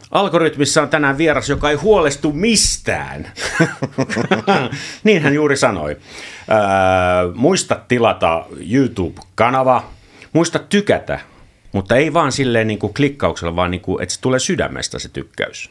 Algoritmissa on tänään vieras, joka ei huolestu mistään. Niin hän juuri sanoi. Muista tilata YouTube-kanava, muista tykätä, mutta ei vaan silleen niin kuin klikkauksella, vaan niin kuin, että se tulee sydämestä se tykkäys.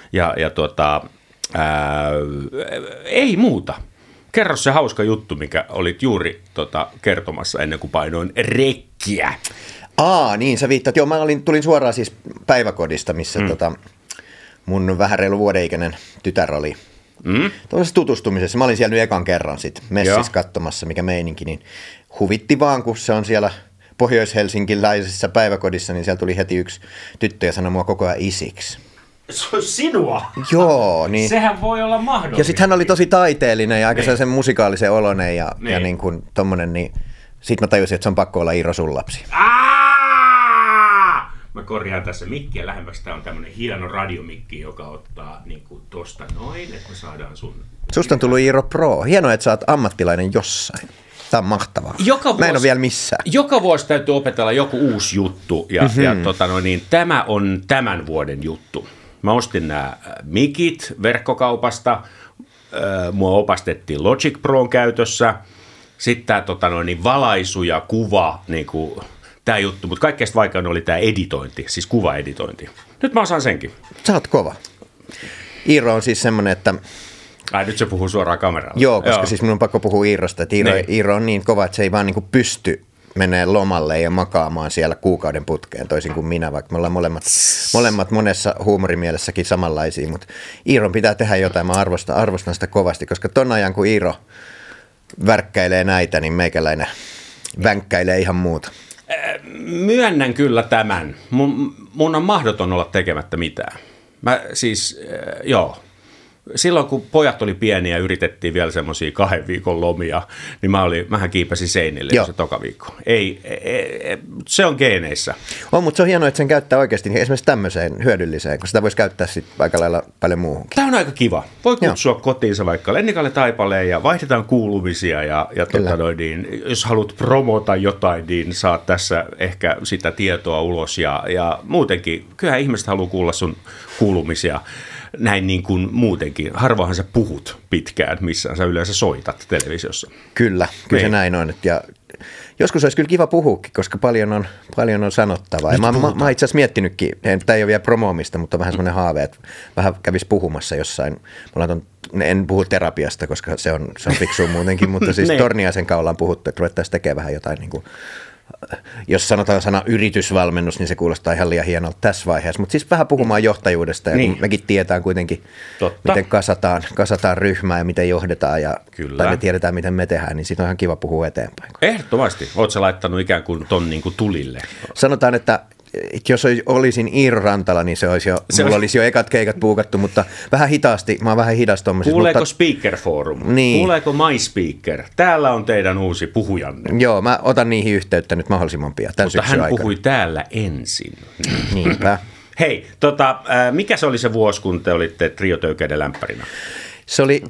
Ei muuta. Kerro se hauska juttu, mikä olit juuri kertomassa ennen kuin painoin rekkiä. Niin sä viittaat. Joo, tulin suoraan siis päiväkodista, missä mun vähän reilu vuodeikäinen tytär oli tuollaisessa tutustumisessa. Mä olin siellä nyt ekan kerran sit messissä katsomassa, mikä meininki, niin huvitti vaan, kun se on siellä pohjois-helsinkiläisessä päiväkodissa, niin siellä tuli heti yksi tyttö ja sanoi mua koko ajan isiksi. Se on sinua? Joo. Niin. Sehän voi olla mahdollista. Ja sitten hän oli tosi taiteellinen ja aika sellaisen musikaalisen oloinen ja niin kuin tommonen, niin sitten mä tajusin, että se on pakko olla Iiro sun lapsi. Mä korjaan tässä mikkiä lähemmäksi. Tää on tämmönen hieno radiomikki, joka ottaa niinku tosta noin, että me saadaan sun... Susta on tullut Iiro Pro. Hienoa, että sä oot ammattilainen jossain. Tää on mahtavaa. Mä en ole vielä missään. Joka vuosi täytyy opetella joku uusi juttu ja tämä on tämän vuoden juttu. Mä ostin nämä mikit verkkokaupasta, mua opastettiin Logic Proon käytössä, sitten tämä valaisu ja kuva, niinku, tämä juttu, mutta kaikkein vaikein oli tämä editointi, siis kuvaeditointi. Nyt mä osaan senkin. Sä oot kova. Iiro on siis semmoinen, että... Nyt se puhuu suoraan kameralla. Joo, koska siis minun on pakko puhua Iirosta, että Iiro on niin kova, että se ei vaan niinku pysty menee lomalle ja makaamaan siellä kuukauden putkeen, toisin kuin minä, vaikka me ollaan molemmat monessa huumorimielessäkin samanlaisia, mutta Iiron pitää tehdä jotain, mä arvostan sitä kovasti, koska ton ajan kun Iiro värkkäilee näitä, niin meikäläinen vänkkäilee ihan muuta. Myönnän kyllä tämän. Mun on mahdoton olla tekemättä mitään. Silloin kun pojat oli pieniä ja yritettiin vielä semmoisia 2 viikon lomia, niin mähän kiipäsin seinille se toka viikko. Se on geeneissä. Mutta se on hienoa, että sen käyttää oikeasti esimerkiksi tämmöiseen hyödylliseen, kun sitä voisi käyttää sitten aika lailla paljon muuhunkin. Tämä on aika kiva. Voi kutsua kotiinsa vaikka Lennikalle Taipaleen ja vaihdetaan kuulumisia ja jos haluat promota jotain, niin saat tässä ehkä sitä tietoa ulos ja muutenkin. Kyllähän ihmiset haluaa kuulla sun kuulumisia. Näin niin kuin muutenkin. Harvoinhan sä puhut pitkään, missään sä yleensä soitat televisiossa. Kyllä se näin on. Ja joskus olisi kyllä kiva puhuakin, koska paljon on sanottavaa. Ja mä oon itse asiassa miettinytkin, tämä ei ole vielä promoomista, mutta on vähän semmoinen haave, että vähän kävisi puhumassa jossain. En puhu terapiasta, koska se on fiksua muutenkin, mutta siis Torniaisen kanssa ollaan puhuttu, että ruvettaisiin tekemään vähän jotain niin kuin, jos sanotaan sana yritysvalmennus, niin se kuulostaa ihan liian hienolta tässä vaiheessa. Mutta siis vähän puhumaan johtajuudesta ja kun mekin tiedetään kuitenkin, miten kasataan ryhmää ja miten johdetaan tai me tiedetään, miten me tehdään, niin siitä on ihan kiva puhua eteenpäin. Ehdottomasti. Oletko sä laittanut ikään kuin ton niin kuin tulille? Sanotaan, että jos olisin Iiro Rantala, niin mulla olisi jo ekat keikat puukattu, mutta vähän hitaasti. Mä oon vähän hidas tommosissa. Kuuleeko Speaker Forum? Niin. Kuuleeko MySpeaker? Täällä on teidän uusi puhujanne. Joo, mä otan niihin yhteyttä nyt mahdollisimman pian. Mutta hän puhui täällä ensin. Niinpä. Hei, mikä se oli se vuosi, kun te olitte Trio Töykeiden lämpärinä? Se oli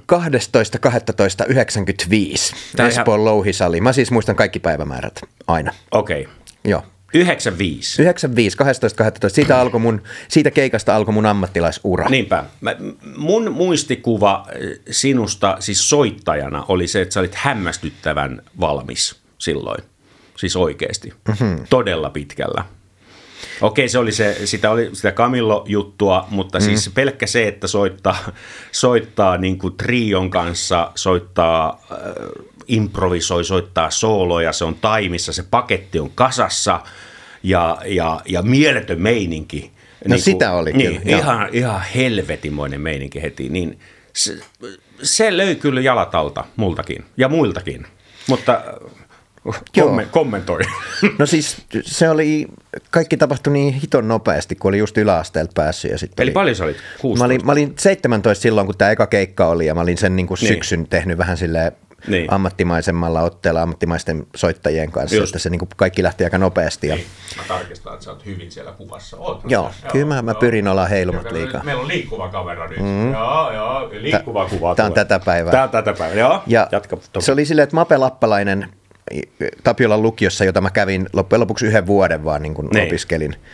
12.12.95. Espoon Louhisali. Mä siis muistan kaikki päivämäärät aina. Okei. Joo. 95. 95, 12.12. Siitä keikasta alkoi mun ammattilaisura. Niinpä. Mun muistikuva sinusta siis soittajana oli se, että sä olit hämmästyttävän valmis silloin. Siis oikeasti. Todella pitkällä. Okei, se oli sitä Camillo-juttua, mutta siis pelkkä se, että soittaa niin kuin trion kanssa, improvisoi, soittaa sooloja, se on taimissa, se paketti on kasassa ja mieletön meininki. No niin sitä oli niin, kyllä. Ihan helvetimoinen meininki heti. Niin se löi kyllä jalat alta multakin ja muiltakin, mutta kommentoi. No siis se kaikki tapahtui niin hiton nopeasti, kun oli just yläasteelta päässyt. Ja eli paljon sä olit? 16? Mä olin 17 silloin, kun tämä eka keikka oli ja mä olin sen niin kuin syksyn tehnyt vähän silleen ammattimaisemmalla otteella ammattimaisten soittajien kanssa, just. Että se niin kuin kaikki lähti aika nopeasti. Ja... Mä tarkistan, että sä oot hyvin siellä kuvassa. Joo, kyllä mä pyrin olla heilumat liikaa. Meillä on liikkuva kamera nyt. Joo, liikkuva kuva. Tämä on tätä päivää. Joo. Ja se oli silleen, että Mape Lappalainen Tapiolan lukiossa, jota mä kävin loppujen lopuksi 1 vuoden vaan niin kuin opiskelin.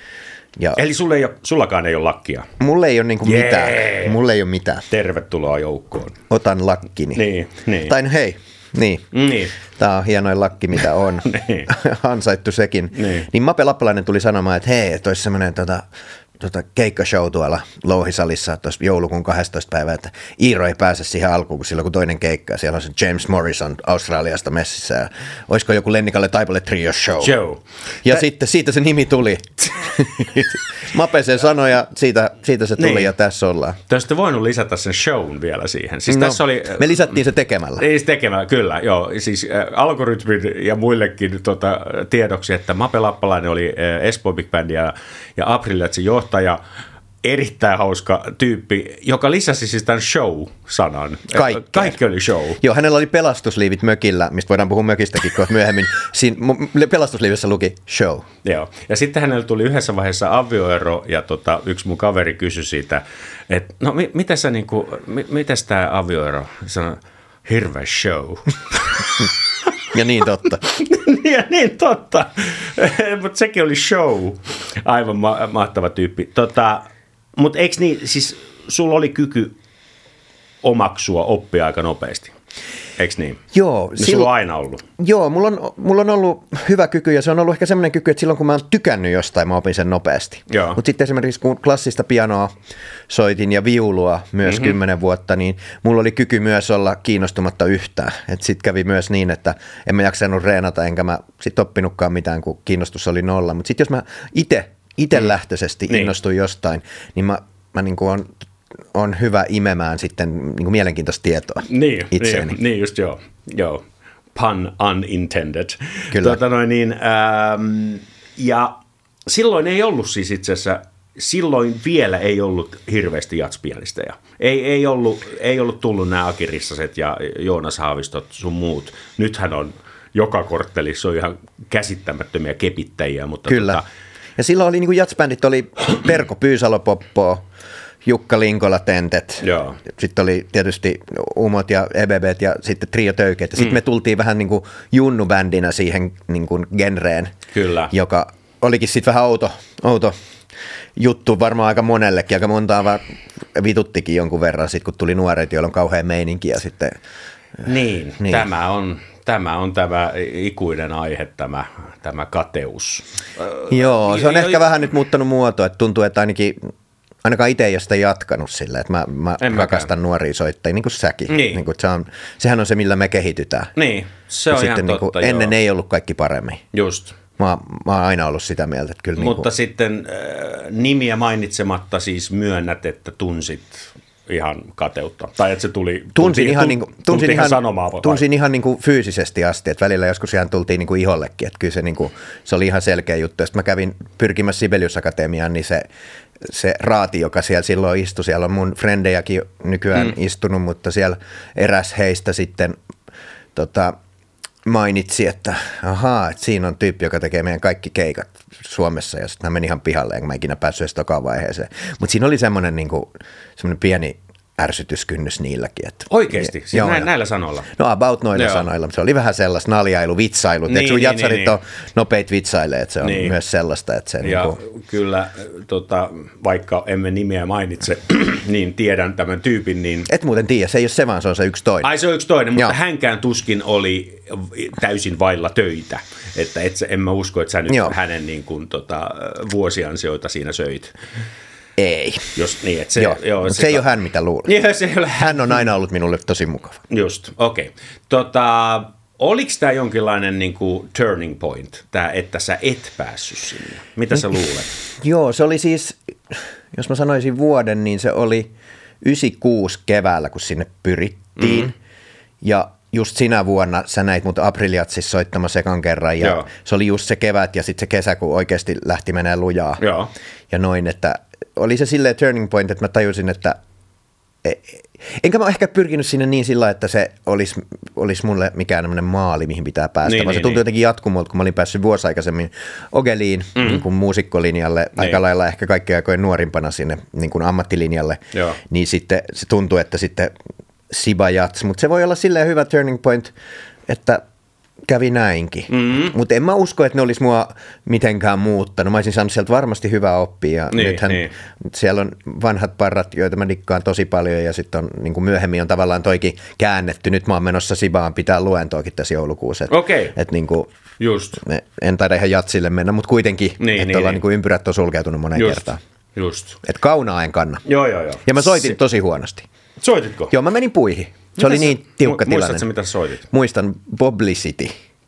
Eli sullakaan ei ole lakkia? Mulla ei ole niinku mitään. Mulla ei ole mitään. Tervetuloa joukkoon. Otan lakkini. Niin. Tai hei, niin. Tämä on hienoin lakki, mitä on. Niin. Ansaittu sekin. Niin Mape Lappalainen tuli sanomaan, että hei, että olisi semmoinen keikkashow tuolla Louhisalissa tuossa joulukuun 12. päivä, että Iiro ei pääse siihen alkuun, kun silloin kun toinen keikka, siellä on se James Morrison Australiasta messissä, ja olisiko joku Lennikalle Taipale Trio show. Ja sitten siitä se nimi tuli. Mape sen sanoi, ja siitä se tuli, ja tässä ollaan. Te olisitte voinut lisätä sen shown vielä siihen. Siis tässä oli, me lisättiin se tekemällä. Tekemällä, kyllä, joo. Siis Algoritmin ja muillekin tiedoksi, että Mape Lappalainen oli Espoo Big Band ja Aprilliatsin johtaja, erittäin hauska tyyppi, joka lisäsi siis tämän show-sanan. Kaikki oli show. Joo, hänellä oli pelastusliivit mökillä, mistä voidaan puhua mökistäkin kohta myöhemmin. Siinä pelastusliivissä luki show. Joo, ja sitten hänellä tuli yhdessä vaiheessa avioero, ja yksi mun kaveri kysyi siitä, että no mitäs tämä avioero? Sanoi, hirveä show. Ja niin totta. niin totta, mutta sekin oli show. Aivan mahtava tyyppi. Mutta eikö niin, siis sulla oli kyky omaksua oppia aika nopeasti, eikö niin? Joo. Sulla on aina ollut. Joo, mulla on ollut hyvä kyky, ja se on ollut ehkä semmoinen kyky, että silloin kun mä oon tykännyt jostain, mä opin sen nopeasti. Mutta sitten esimerkiksi kun klassista pianoa soitin ja viulua myös 10 vuotta, niin mulla oli kyky myös olla kiinnostumatta yhtään. Sitten kävi myös niin, että en mä jaksanut reenata, enkä mä sitten oppinutkaan mitään, kun kiinnostus oli nolla. Mutta sitten jos mä itse lähtöisesti innostuin jostain, niin mä niin kuin on hyvä imemään sitten niin kuin mielenkiintoista tietoa itseeni. Niin just joo. Pun unintended. Kyllä. Ja silloin ei ollut siis itse asiassa, silloin vielä ei ollut hirveästi jatspianisteja. Ei ollut tullut nämä Aki Rissaset ja Joonas Haavistot sun muut. Nythän on joka korttelissa on ihan käsittämättömiä kepittäjiä. Mutta kyllä. Ja silloin oli niin kuin jatsbändit, oli Perko Pyysalo-Poppo, Jukka Linkola Tentet, sitten oli tietysti Umot ja EBBt ja sitten Trio Töykeet. Ja sitten me tultiin vähän niin kuin junnubändinä siihen niin kuin genreen, kyllä, joka olikin sitten vähän outo juttu varmaan aika monellekin. Aika montaa vaan vituttikin jonkun verran sitten, kun tuli nuoret, joilla on kauhean meininki. Ja sitten, niin. Tämä on tämä ikuinen aihe, tämä kateus. Joo, se on ehkä vähän nyt muuttanut muotoa, että tuntuu, että ainakaan itse ei ole sitä jatkanut sillä, että mä rakastan nuoria soittajia, niin kuin säkin. Niin kuin sehän on se, millä me kehitytään. Niin, se on ihan totta. Niin ennen ei ollut kaikki paremmin. Just. Mä oon aina ollut sitä mieltä. Että kyllä mutta sitten nimiä mainitsematta siis myönnät, että tunsit ihan kateutta. Tai että se tunsin ihan niin kuin fyysisesti asti, että välillä joskus ihan tultiin niin kuin ihollekin, että kyllä se oli ihan selkeä juttu. Sitten mä kävin pyrkimässä Sibelius Akatemiaan, niin se raati, joka siellä silloin istui, siellä on mun frendejäkin nykyään istunut, mutta siellä eräs heistä sitten mainitsi, että että siinä on tyyppi, joka tekee meidän kaikki keikat Suomessa, ja sitten mä menin ihan pihalle, enkä mä ikinä päässyt edes tokaan vaiheeseen. Mutta siinä oli semmoinen pieni ärsytyskynnys niilläkin. Että, oikeasti? Siis näillä sanoilla? No about noilla sanoilla. Se oli vähän sellaista naljailu, vitsailu. Eikö sun jatsarit on nopeita vitsailee, että se on myös sellaista. Että se ja kyllä, vaikka emme nimeä mainitse, niin tiedän tämän tyypin. Niin et muuten tiedä, se ei ole se, vaan se on se yksi toinen. Ai se on yksi toinen, mutta hänkään tuskin oli täysin vailla töitä. Että en mä usko, että sä nyt hänen niin kuin, vuosiansioita siinä söit. Ei. Niin, että se ei ole hän, mitä luulen. Hän on aina ollut minulle tosi mukava. Just, okei. Oliko tämä jonkinlainen niin kuin turning point, että sä et päässyt sinne? Mitä sä luulet? Joo, se oli siis, jos mä sanoisin vuoden, niin se oli 96 keväällä, kun sinne pyrittiin. Ja just sinä vuonna sä näit mut Aprilliatsissa soittamassa ekan kerran. Ja se oli just se kevät ja sitten se kesä, kun oikeasti lähti menee lujaa. Ja noin, että oli se silleen turning point, että mä tajusin, että enkä mä ehkä pyrkinyt sinne niin sillä, että se olisi mulle mikään maali, mihin pitää päästä, vaan se tuntui jotenkin jatkumolta, kun mä olin päässyt vuosi aikaisemmin Ogeliin niin kuin muusikkolinjalle, aika lailla ehkä kaikkein aikojen nuorimpana sinne niin kuin ammattilinjalle, niin sitten se tuntui, että sitten Siba Jats, mutta se voi olla silleen hyvä turning point, että kävi näinkin. Mutta en mä usko, että ne olisi mua mitenkään muuttanut. Mä olisin saanut sieltä varmasti hyvää oppia. Ja nythän siellä on vanhat parrat, joita mä dikkaan tosi paljon ja sitten on niin kuin myöhemmin on tavallaan toikin käännetty. Nyt mä oon menossa Sibaan pitää luentoakin tässä joulukuussa. Että niin kuin, en taida ihan jatsille mennä, mutta kuitenkin, että ollaan niin kuin ympyrät on sulkeutunut monen kertaan. Just. Että kaunaa en kanna. Joo. Ja mä soitin tosi huonosti. Soititko? Joo, mä menin puihin. Se oli niin tiukka tilanne. Muistatko, mitä soitit? Muistan Publicity.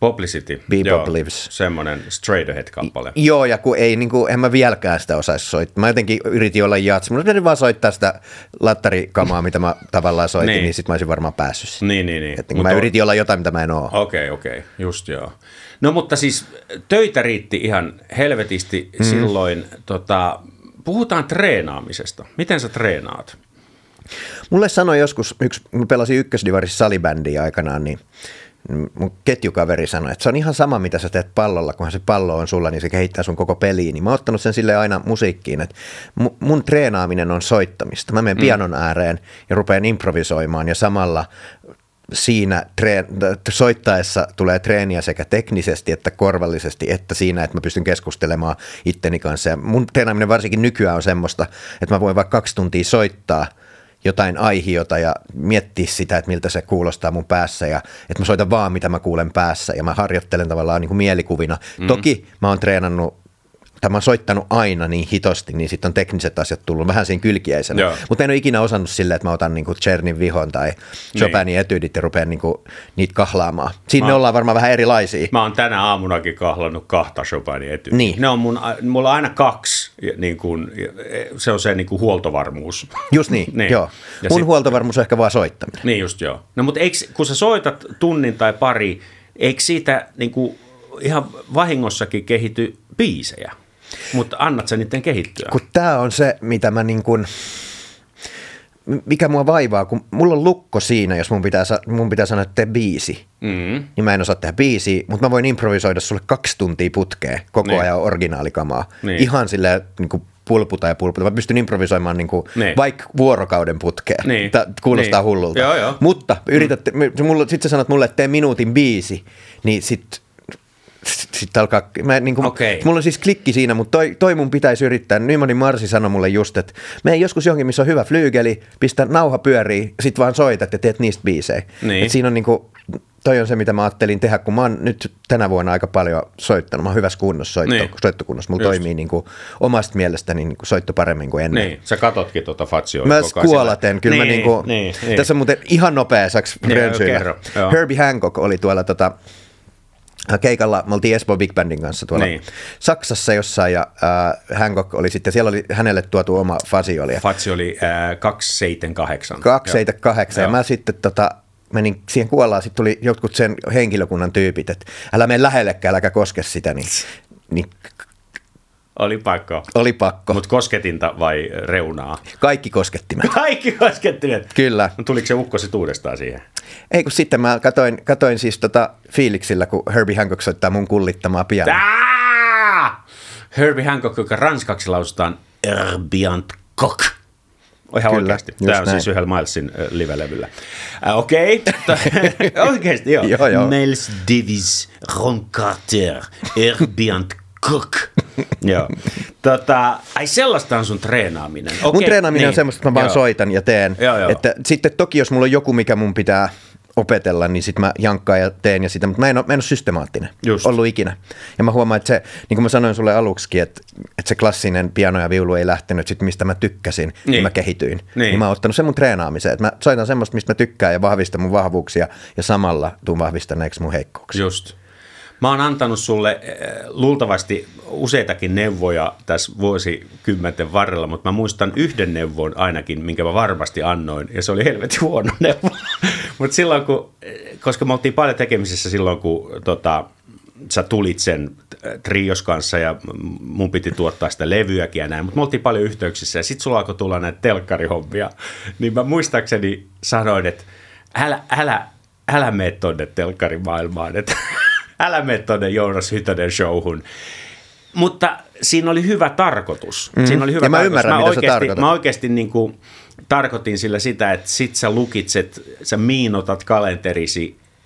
Joo, Lives. Semmoinen Straight Ahead-kappale. Joo, ja kun ei, niin kuin, en mä vieläkään sitä osaisi soittaa. Mä jotenkin yritin olla jatsi. Mulla meni vaan soittaa sitä lattarikamaa, mitä mä tavallaan soitin, niin sit mä olisin varmaan päässyt siihen. Niin. Että niin mä yritin olla jotain, mitä mä en oo. Okei, just joo. No mutta siis töitä riitti ihan helvetisti silloin. Puhutaan treenaamisesta. Miten sä treenaat? Mulle sanoi joskus, mä pelasin ykkösdivarissa salibändiä aikanaan, niin mun ketjukaveri sanoi, että se on ihan sama, mitä sä teet pallolla, kunhan se pallo on sulla, niin se kehittää sun koko peliin. Niin mä oon ottanut sen silleen aina musiikkiin, että mun treenaaminen on soittamista. Mä menen pianon ääreen ja rupean improvisoimaan ja samalla siinä soittaessa tulee treeniä sekä teknisesti että korvallisesti, että siinä, että mä pystyn keskustelemaan itteni kanssa. Ja mun treenaaminen varsinkin nykyään on semmoista, että mä voin vaikka 2 tuntia soittaa jotain aihiota ja miettiä sitä, että miltä se kuulostaa mun päässä ja että mä soitan vaan, mitä mä kuulen päässä ja mä harjoittelen tavallaan niin kuin mielikuvina. Toki mä oon treenannut tai mä oon soittanut aina niin hitosti, niin sitten on tekniset asiat tullut vähän siinä kylkiäisenä. Mutta en ole ikinä osannut silleen, että mä otan niinku Czernin vihon tai Chopinin etydit ja rupean niinku niitä kahlaamaan. Siinä me ollaan varmaan vähän erilaisia. Mä oon tänä aamunakin kahlannut 2 Chopinin etydiä. Niin. Ne on mulla on aina 2, niin kun, se on se niin kuin huoltovarmuus. Just niin, joo. Ja mun huoltovarmuus on ehkä vaan soittaminen. Niin just joo. No mutta kun sä soitat tunnin tai pari, eikö siitä niin kuin ihan vahingossakin kehity biisejä? Mutta annat sä niiden kehittyä? Kun tää on se, mitä mä niin kuin, mikä mua vaivaa, kun mulla on lukko siinä, jos mun pitää sanoa, että tee biisi. Niin mä en osaa tehdä biisiä, mutta mä voin improvisoida sulle 2 tuntia putkeen koko ajan originaalikamaa. Ihan silleen niin kuin pulputa. Mä pystyn improvisoimaan niin kuin vaikka vuorokauden putkeen. Kuulostaa hullulta. Joo. Mutta sit sä sanot mulle, että tee minuutin biisi, niin sitten alkaa, mulla on siis klikki siinä, mutta toi mun pitäisi yrittää. Nymanin Marsi sanoi mulle just, että mene joskus johonkin, missä on hyvä flyygeli, pistä nauha pyörii, sit vaan soitat ja teet niistä biisejä. Niin. Et siinä on niinku, toi on se, mitä mä ajattelin tehdä, kun mä oon nyt tänä vuonna aika paljon soittanut. Mä oon hyvässä kunnossa, soittokunnossa. Mulla toimii niinku omasta mielestäni niinku soitto paremmin kuin ennen. Niin, sä katotkin tuota Fatsioa. Mä kuolaten, kyllä niin, mä niin. Tässä on muuten ihan nopea saks rönsyillä. Herbie Hancock oli tuolla keikalla, me oltiin Espoo Big Bandin kanssa tuolla Saksassa jossain ja Hancock oli sitten, siellä oli hänelle tuotu oma fasioli. Fatsi oli 278. 278 ja mä sitten menin siihen kuollaan, sitten tuli jotkut sen henkilökunnan tyypit, että älä mene lähellekään, äläkä koske sitä, niin Oli pakko. Mutta kosketinta vai reunaa? Kaikki koskettimet. Kaikki koskettimet? Kyllä. Tuliko se ukko sit uudestaan siihen? Ei, kun sitten mä katoin siis fiiliksillä, kun Herbie Hancock soittaa mun kullittamaa pianoa. Herbie Hancock, joka ranskaksi lausutaan Herbie Hancock. Ihan oikeasti. Tämä on siis yhdellä Milesin live-levyllä. Okei. Oikeasti, joo. Miles Davis, Ron Carter, Herbie Hancock. Joo. Ai sellaista on sun treenaaminen. Mun treenaaminen on semmoista, että mä vaan soitan ja teen. Että sitten toki jos mulla on joku, mikä mun pitää opetella, niin sit mä jankkaan ja teen ja sitä, mutta mä en ole systemaattinen ollut ikinä. Ja mä huomaan, että se, niin kuin mä sanoin sulle aluksikin, että se klassinen piano ja viulu ei lähtenyt sit, mistä mä tykkäsin, niin mä kehityin. Niin mä oon ottanut sen mun treenaamiseen, että mä soitan semmoista, mistä mä tykkään ja vahvistan mun vahvuuksia ja samalla tuun vahvistaneeksi mun heikkouksia. Just. Mä oon antanut sulle luultavasti useitakin neuvoja tässä vuosikymmenten varrella, mutta mä muistan yhden neuvon ainakin, minkä mä varmasti annoin, ja se oli helvetin huono neuvo. Mutta silloin, koska me oltiin paljon tekemisissä silloin, kun sä tulit sen trios kanssa ja mun piti tuottaa sitä levyäkin ja näin, mutta me oltiin paljon yhteyksissä ja sit sulla alkoi tulla näitä telkkarihommia, niin mä muistaakseni sanoin, että älä mene tonne telkkarimaailmaan, että älä mene tonne Joonas Hytönen showhun. Mutta siinä oli hyvä tarkoitus. Siinä oli hyvä ja mä tarkoitus. Ymmärrän, mitä sä tarkoitat. Mä oikeasti niin kuin tarkoitin sillä sitä, että sit sä lukitset, sä miinotat kalenterisi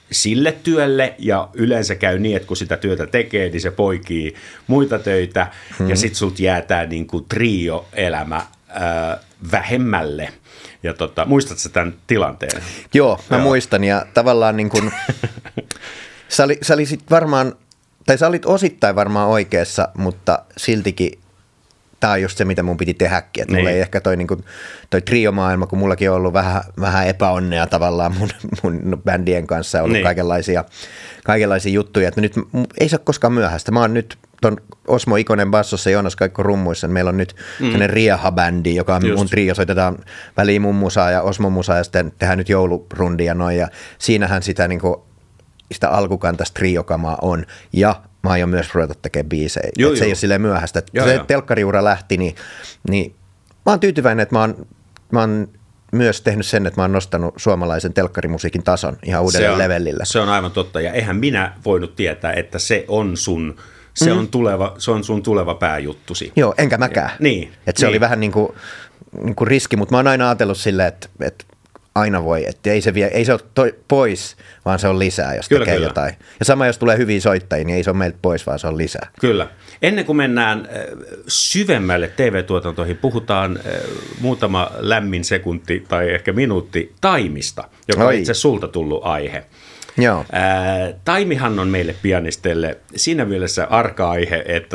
sille työlle, ja yleensä käy niin, että kun sitä työtä tekee, niin se poikii muita töitä, ja sitten sulta jää tämä niin kuin trio-elämä vähemmälle. Ja muistatko tämän tilanteen? Joo, mä muistan, ja tavallaan niin kuin, sä olit osittain varmaan oikeassa, mutta siltikin tämä on just se, mitä mun piti tehdäkin. Että mulla ei ehkä toi trio-maailma, kun mullakin on ollut vähän epäonnea tavallaan mun bändien kanssa, ollut kaikenlaisia juttuja. Että nyt ei se ole koskaan myöhäistä. Mä oon nyt ton Osmo Ikonen bassossa ja Joonas Kaikko rummuissa. Meillä on nyt sellainen Rieha-bändi, joka on mun trio. Soitetaan väliin mun musaa ja Osmon musaa ja sitten tehdään nyt joulurundia noin. Ja siinähän sitä, sitä alkukantaista triokamaa on. Ja mä aion myös ruveta tekemään biisejä. Se ei ole silleen myöhäistä. Se telkkariura lähti, niin mä oon tyytyväinen, että mä oon myös tehnyt sen, että mä oon nostanut suomalaisen telkkarimusiikin tason ihan uudelle levelille. Se on aivan totta, ja eihän minä voinut tietää, että se on sun sun tuleva pääjuttusi. Joo, enkä mäkään. Niin. Että se oli vähän niin kuin riski, mutta mä oon aina ajatellut silleen, että aina voi, että ei se ole pois, vaan se on lisää, jos tekee jotain. Ja sama, jos tulee hyviä soittajia, niin ei se ole meiltä pois, vaan se on lisää. Kyllä. Ennen kuin mennään syvemmälle TV-tuotantoihin, puhutaan muutama lämmin sekunti tai ehkä minuutti Taimista, joka on itse sulta tullut aihe. Joo. Taimihan on meille pianisteille siinä mielessä arka aihe, että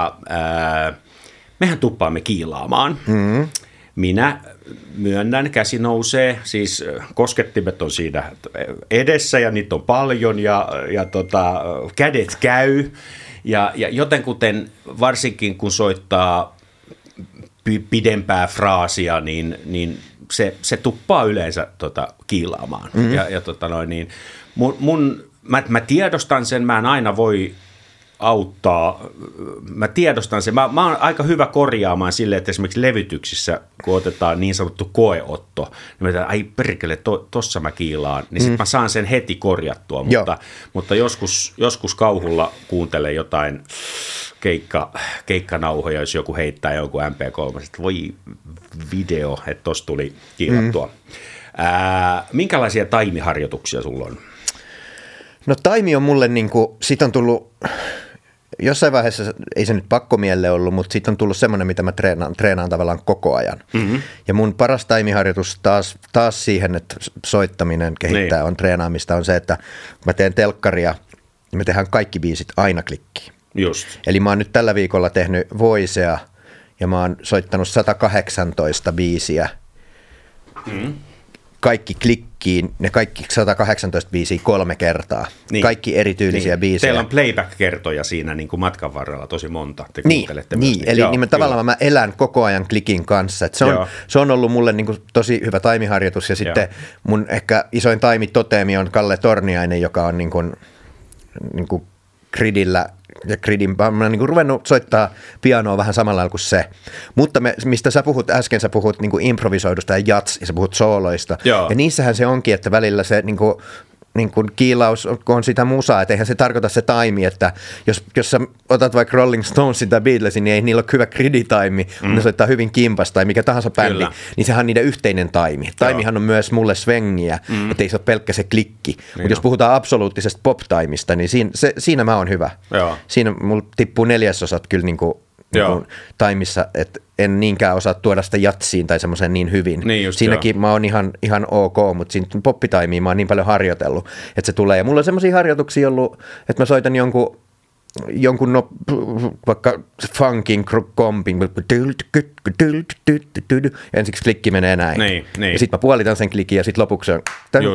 mehän tuppaamme kiilaamaan. Mm-hmm. Minä myönnän, käsi nousee, siis koskettimet on siinä edessä ja niitä on paljon ja kädet käy. Ja jotenkuten varsinkin kun soittaa pidempää fraasia, niin se tuppaa yleensä kiilaamaan. Mm-hmm. Mä tiedostan sen, mä en aina voi auttaa. Mä tiedostan sen. Mä oon aika hyvä korjaamaan silleen, että esimerkiksi levytyksissä, kun otetaan niin sanottu koeotto, niin mä tiedän, ai perkele, tossa mä kiilaan, niin sit mä saan sen heti korjattua. Mutta joskus kauhulla kuuntelen jotain keikkanauhoja, jos joku heittää jonkun MP3, että voi video, että tossa tuli kiilattua. Minkälaisia taimiharjoituksia sulla on? No taimi on mulle sit on tullut jossain vaiheessa, ei se nyt pakkomielle ollut, mutta sit on tullut semmoinen, mitä mä treenaan tavallaan koko ajan. Mm-hmm. Ja mun paras taimiharjoitus taas siihen, että soittaminen kehittää on treenaamista, on se, että mä teen telkkaria ja me tehdään kaikki biisit aina klikkiin. Just. Eli mä oon nyt tällä viikolla tehnyt Voicea ja mä oon soittanut 118 biisiä. Mm-hmm. Kaikki klikkiin, ne kaikki 118 biisiä 3 kertaa. Niin. Kaikki erityylisiä biisejä. Teillä on playback-kertoja siinä niin kuin matkan varrella tosi monta. Te eli tavallaan mä elän koko ajan klikin kanssa. Se on ollut mulle niin kuin tosi hyvä taimiharjoitus. Ja sitten mun ehkä isoin taimitoteemi on Kalle Torniainen, joka on niin kuin gridillä. Ja gridin, mä oon niin ruvennut soittaa pianoa vähän samalla lailla kuin se. Mutta mistä sä puhut niin kuin improvisoidusta ja jats, ja sä puhut sooloista. Joo. Ja niissähän se onkin, että välillä se niin kuin kiilaus on sitä musaa, että eihän se tarkoita se taimi, että jos sä otat vaikka Rolling Stonesin tai Beatlesin, niin ei niillä ole hyvä griditaimi, ne soittaa hyvin kimpas tai mikä tahansa bändi, niin sehän on niiden yhteinen taimi. Taimihan on myös mulle swengiä, että ei se ole pelkkä se klikki. Mutta jos puhutaan absoluuttisesta pop-taimista, niin siinä mä oon hyvä. Joo. Siinä mulla tippuu 4/4 kyllä niin kuin taimissa, että en niinkään osaa tuoda sitä jatsiin tai semmoisen niin hyvin. Niin siinäkin mä oon ihan ok, mutta siinä poppitaimiin mä oon niin paljon harjoitellut, että se tulee. Ja mulla on semmoisia harjoituksia ollut, että mä soitan jonkun vaikka funkin kompin, ja ensiksi klikki menee näin. Niin. Ja sitten mä puolitan sen klikin ja sitten lopuksi on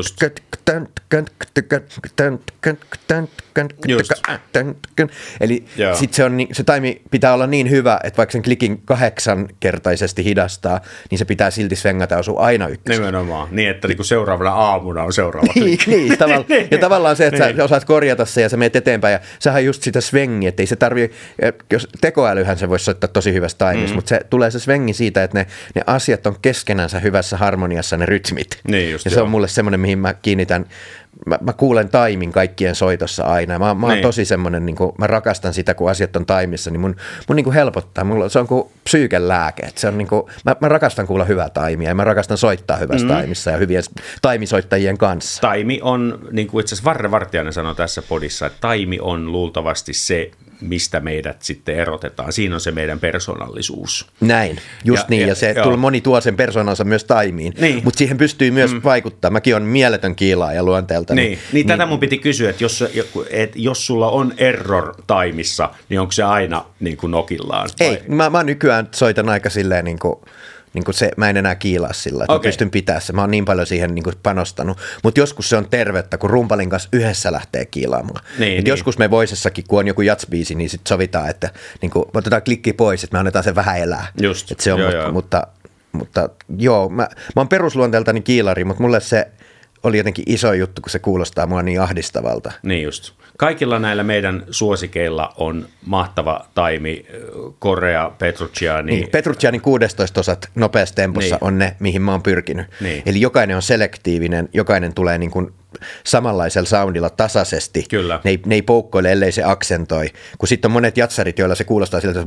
eli sitten se taimi pitää olla niin hyvä, että vaikka sen klikin 8-kertaisesti hidastaa, niin se pitää silti svengata ja osua aina ykkösen. Nimenomaan, niin että niinku seuraavana aamuna on seuraava klikki. Ja tavallaan se, että sä osaat korjata se ja sä menet eteenpäin ja sähän just sitä svengi, että ei se tarvii, jos tekoälyhän se voisi soittaa tosi hyvässä taimissa, mutta se tulee se svengi siitä, että ne asiat on keskenänsä hyvässä harmoniassa, ne rytmit. Niin just, ja se on mulle semmoinen, mihin mä kiinnitän mä kuulen taimin kaikkien soitossa aina. Mä oon tosi semmoinen, niin kuin, mä rakastan sitä, kun asiat on taimissa, niin mun niin kuin helpottaa. Se on kuin psyykelääke. Se on niin kuin, mä rakastan kuulla hyvää taimia ja mä rakastan soittaa hyvässä taimissa ja hyvien taimisoittajien kanssa. Taimi on, niin kuin itse asiassa Varre Vartiainen sanoi tässä podissa, että taimi on luultavasti se, mistä meidät sitten erotetaan. Siinä on se meidän persoonallisuus. Näin, just niin. Ja se moni tuo sen persoonansa myös taimiin. Niin. Mutta siihen pystyy myös vaikuttamaan. Mäkin olen mieletön kiilaaja luonteelta. Niin, tätä mun piti kysyä, että jos sulla on error taimissa, niin onko se aina niin kuin nokillaan? Ei, mä nykyään soitan aika silleen niin kuin se, mä en enää kiilaa sillä, että mä pystyn pitämään se. Mä oon niin paljon siihen niin kuin panostanut. Mutta joskus se on tervettä, kun rumpalin kanssa yhdessä lähtee kiilaamaan. Niin. Joskus me voisessakin, kun on joku jatsbiisi, niin sitten sovitaan, että niin kuin, otetaan klikki pois, että me annetaan se vähän elää. Just, että se on, mutta joo, mä oon perusluonteeltani kiilari, mutta mulle se oli jotenkin iso juttu, kun se kuulostaa mua niin ahdistavalta. Niin just. Kaikilla näillä meidän suosikeilla on mahtava taimi, Korea, Petrucciani. Niin, Petruccianin 16 osat nopeassa tempossa on ne, mihin mä oon pyrkinyt. Niin. Eli jokainen on selektiivinen, jokainen tulee niin kuin samanlaisella soundilla tasaisesti. Kyllä. Ne ei poukkoile, ellei se aksentoi. Kun sitten on monet jatsarit, joilla se kuulostaa siltä,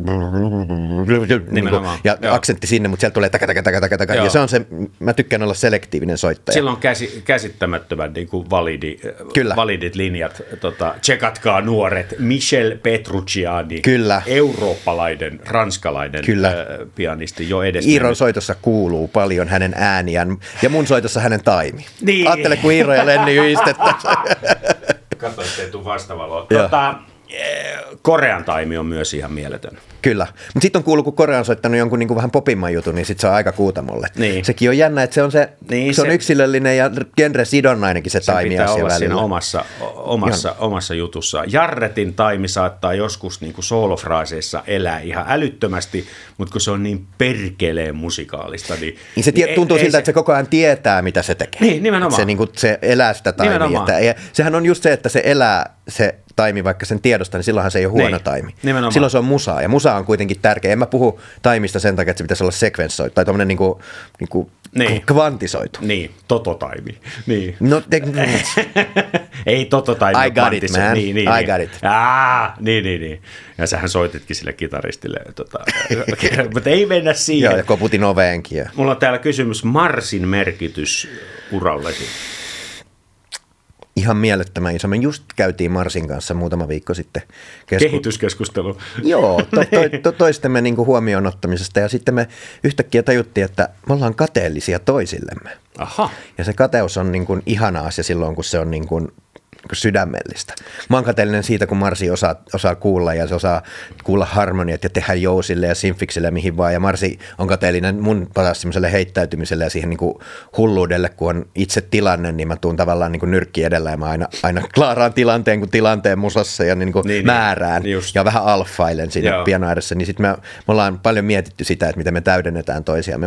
ja aksentti sinne, mutta sieltä tulee taka. Ja se on se, mä tykkään olla selektiivinen soittaja. Silloin on käsittämättömän niin kuin validit linjat. Tsekatkaa nuoret, Michel Petrucciani, Kyllä. eurooppalainen, ranskalainen pianisti jo edes. Iiron soitossa kuuluu paljon hänen ääniään ja mun soitossa hänen taimi. Niin. Ajattele, kun Iiro ja Lenni yhdistettäisiin. Katso, ettei tule vastavaloa. Korean taimi on myös ihan mieletön. Kyllä, mutta sitten on kuullut, kun Korea on soittanut jonkun niin kuin vähän popimman jutun, niin sitten se on aika kuutamolle. Niin. Sekin on jännä, että se on yksilöllinen ja genre-sidonnainenkin se taimi pitää asia olla välillä. siinä omassa jutussaan. Jarretin taimi saattaa joskus niin kuin soolofraaseissa elää ihan älyttömästi, mutta kun se on niin perkeleen musikaalista. Niin se tuntuu siltä, että se koko ajan tietää, mitä se tekee. Niin, nimenomaan. Se elää sitä taimia. Sehän on just se, että se elää se taimi, vaikka sen tiedostaa, niin silloinhan se ei ole huono taimi. Nimenomaan. Silloin se on musaa, ja musa on kuitenkin tärkeä. En mä puhu taimista sen takia, että se pitäisi olla sekvenssoitu, tai tommoinen kvantisoitu. Niin, tototaimi. Niin. No, ei tototaimi. I got it, man. I got it. Niin. Ja sähän soititkin sille kitaristille. Mutta ei mennä siihen. Joo, ja koputin oveenkin. Mulla on täällä kysymys, Marsin merkitys urallesi. Ihan mielettömän iso. Me just käytiin Marsin kanssa muutama viikko sitten. Kehityskeskustelu. Joo, toistemme niin kuin huomioon ottamisesta. Ja sitten me yhtäkkiä tajuttiin, että me ollaan kateellisia toisillemme. Aha. Ja se kateus on niin kuin ihana asia silloin, kun se on niin kuin sydämellistä. Mä oon kateellinen siitä, kun Marsi osaa kuulla ja se osaa kuulla harmoniat ja tehdä jousille ja sinfiksille ja mihin vaan. Ja Marsi on kateellinen mun semmoiselle heittäytymiselle ja siihen niin kuin hulluudelle, kun on itse tilanne, niin mä tuun tavallaan niin kuin nyrkki edellä ja mä aina klaaraan tilanteen kuin tilanteen musassa ja niin kuin määrään ja vähän alfailen siinä piano ääressä. Niin sitten me ollaan paljon mietitty sitä, että miten me täydennetään toisiamme.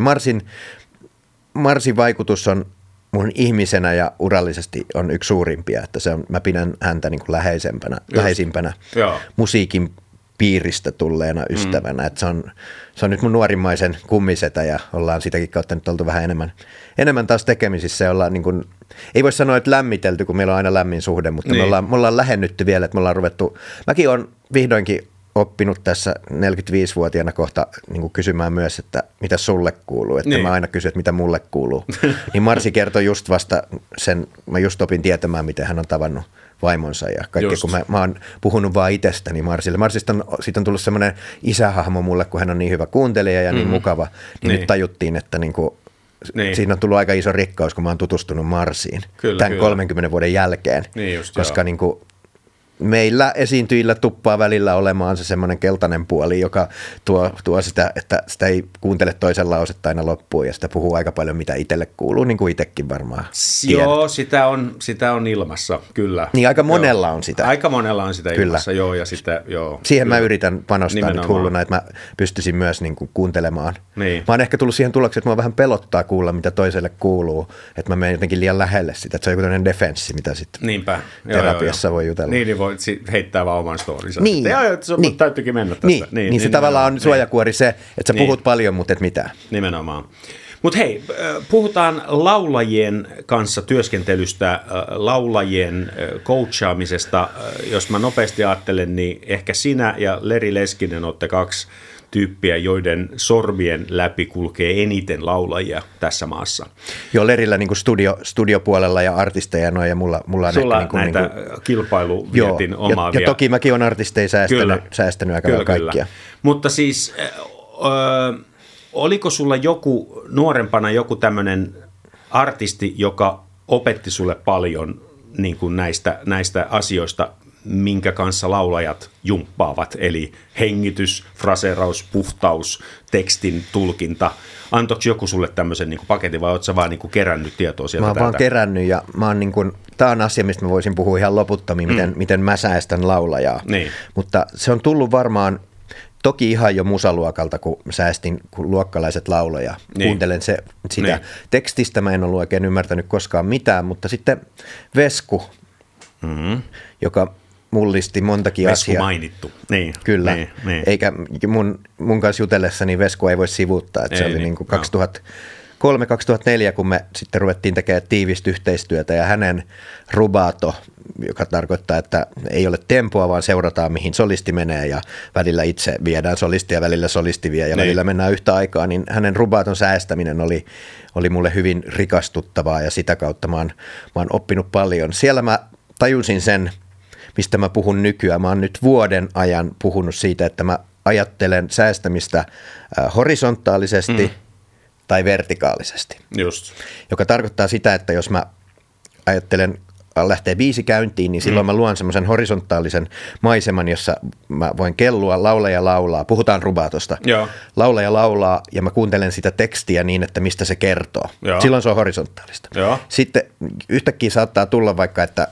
Marsin vaikutus on mun ihmisenä ja urallisesti on yksi suurimpia, että mä pidän häntä niin kuin läheisimpänä musiikin piiristä tulleena ystävänä. Että se on nyt mun nuorimmaisen kummisetä ja ollaan sitäkin kautta nyt oltu vähän enemmän taas tekemisissä. Ollaan niin kuin, ei voi sanoa, että lämmitelty, kun meillä on aina lämmin suhde, mutta me ollaan lähennytty vielä, että me ollaan ruvettu, mäkin olen vihdoinkin oppinut tässä 45-vuotiaana kohta niin kuin kysymään myös, että mitä sulle kuuluu. Että mä aina kysyn, että mitä mulle kuuluu. Niin Marsi kertoi just vasta sen, mä just opin tietämään, miten hän on tavannut vaimonsa ja kaikkea, kun mä oon puhunut vaan itsestäni Marsille. Marsista on tullut semmoinen isähahmo mulle, kun hän on niin hyvä kuuntelija ja niin mukava. Niin nyt tajuttiin, että siinä on tullut aika iso rikkaus, kun mä oon tutustunut Marsiin tämän 30 vuoden jälkeen. Niin just, koska meillä esiintyjillä tuppaa välillä olemaan se semmoinen keltainen puoli, joka tuo sitä, että sitä ei kuuntele toisen lausetta aina loppuun ja sitä puhuu aika paljon, mitä itselle kuuluu, niin kuin itsekin varmaan tiedät. Joo, sitä on ilmassa, kyllä. Niin aika monella on sitä. Aika monella on sitä ilmassa, joo. Ja sitä, siihen mä yritän panostaa nyt hulluna, että mä pystyisin myös niin kuin kuuntelemaan. Niin. Mä oon ehkä tullut siihen tulokseen, että mua vähän pelottaa kuulla, mitä toiselle kuuluu, että mä menen jotenkin liian lähelle sitä, että se on joku tämmöinen defenssi, mitä sitten terapiassa voi jutella. Niin voi heittää vaan oman storinsa. Niin. Täytyykin mennä tästä. Niin se tavallaan on suojakuori se, että sä puhut paljon, mutta et mitään. Nimenomaan. Mutta hei, puhutaan laulajien kanssa työskentelystä, laulajien coachaamisesta. Jos mä nopeasti ajattelen, niin ehkä sinä ja Leri Leskinen olette kaksi tyyppiä, joiden sormien läpi kulkee eniten laulajia tässä maassa. Joo, Lerillä niin kuin studiopuolella ja artisteja noin, ja mulla on sulla ehkä näitä kilpailuvietin omaavia. Ja toki mäkin olen artisteja säästänyt aika kaikkia. Kyllä. Mutta siis oliko sulla nuorempana joku tämmöinen artisti, joka opetti sulle paljon niin kuin näistä asioista, minkä kanssa laulajat jumppaavat, eli hengitys, fraseeraus, puhtaus, tekstin tulkinta. Antoiko joku sulle tämmöisen niin kuin paketin vai ootko sä vaan niin kuin kerännyt tietoa sieltä? Mä oon vaan kerännyt ja mä oon niin kuin, tää on asia, mistä mä voisin puhua ihan loputtomiin, miten mä säästän laulajaa. Niin. Mutta se on tullut varmaan toki ihan jo musaluokalta, kun säästin kun luokkalaiset laulajia. Niin. Kuuntelen sitä. Niin. Tekstistä mä en ollut oikein ymmärtänyt koskaan mitään, mutta sitten Vesku, joka mullisti montakin asiaa. Vesku mainittu. Niin. Kyllä. Niin. Eikä mun kanssa jutellessani Vesku ei voi sivuuttaa. Että se oli niin kuin 2003-2004, kun me sitten ruvettiin tekemään tiivistä yhteistyötä ja hänen rubato, joka tarkoittaa, että ei ole tempoa, vaan seurataan mihin solisti menee ja välillä itse viedään solistia, välillä solisti vie ja välillä mennään yhtä aikaa, niin hänen rubaton säästäminen oli mulle hyvin rikastuttavaa ja sitä kautta mä oon oppinut paljon. Siellä mä tajusin sen, mistä mä puhun nykyään. Mä oon nyt vuoden ajan puhunut siitä, että mä ajattelen säästämistä horisontaalisesti tai vertikaalisesti. Just. Joka tarkoittaa sitä, että jos mä ajattelen, lähtee biisi käyntiin, niin silloin mä luon semmoisen horisontaalisen maiseman, jossa mä voin kellua, laulaja laulaa, puhutaan rubatosta. Joo. Laulaja laulaa ja mä kuuntelen sitä tekstiä niin, että mistä se kertoo. Joo. Silloin se on horisontaalista. Joo. Sitten yhtäkkiä saattaa tulla vaikka, että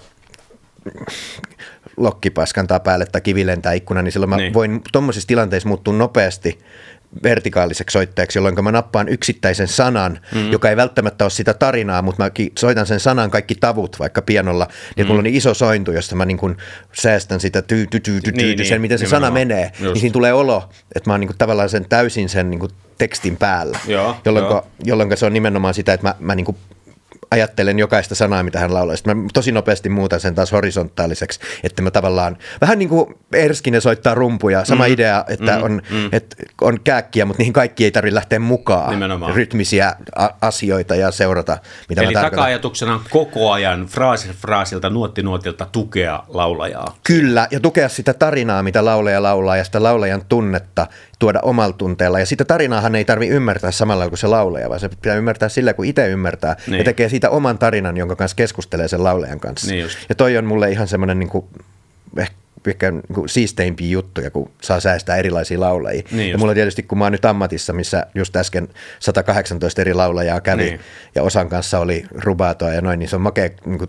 lokkipas kantaa päälle tai kivi lentää ikkuna, niin silloin mä voin tuommoisissa tilanteissa muuttua nopeasti vertikaaliseksi soittajaksi, jolloin mä nappaan yksittäisen sanan, joka ei välttämättä ole sitä tarinaa, mutta mä soitan sen sanan kaikki tavut vaikka pianolla, niin mulla on niin iso sointu, josta mä niin kuin säästän sitä sen, miten se sana menee, niin siinä tulee olo, että mä oon niin kuin tavallaan sen täysin sen niin kuin tekstin päällä, jolloin se on nimenomaan sitä, että mä niin kuin ajattelen jokaista sanaa, mitä hän laulaa. Sitten mä tosi nopeasti muutan sen taas horisontaaliseksi, että mä tavallaan, vähän niin kuin Erskinen soittaa rumpuja, sama idea, että on kääkkiä, mutta niihin kaikki ei tarvitse lähteä mukaan. Nimenomaan. Rytmisiä asioita ja seurata, mitä eli mä tarkoitan. Eli taka-ajatuksena on koko ajan fraasilta, nuottinuotilta tukea laulajaa. Kyllä, ja tukea sitä tarinaa, mitä laulaja laulaa, ja sitä laulajan tunnetta tuoda omalla tunteella. Ja sitä tarinaahan ei tarvitse ymmärtää samalla kuin se laulaja, vaan se pitää ymmärtää sillä, kun itse ymmärtää, ja tekee siitä oman tarinan, jonka kanssa keskustelee sen laulajan kanssa. Niin ja toi on mulle ihan semmoinen ehkä siisteimpiä juttuja, kun saa säästää erilaisia laulajia. Niin ja mulla tietysti, kun mä oon nyt ammatissa, missä just äsken 118 eri laulajaa kävi, ja osan kanssa oli rubatoa ja noin, niin se on makea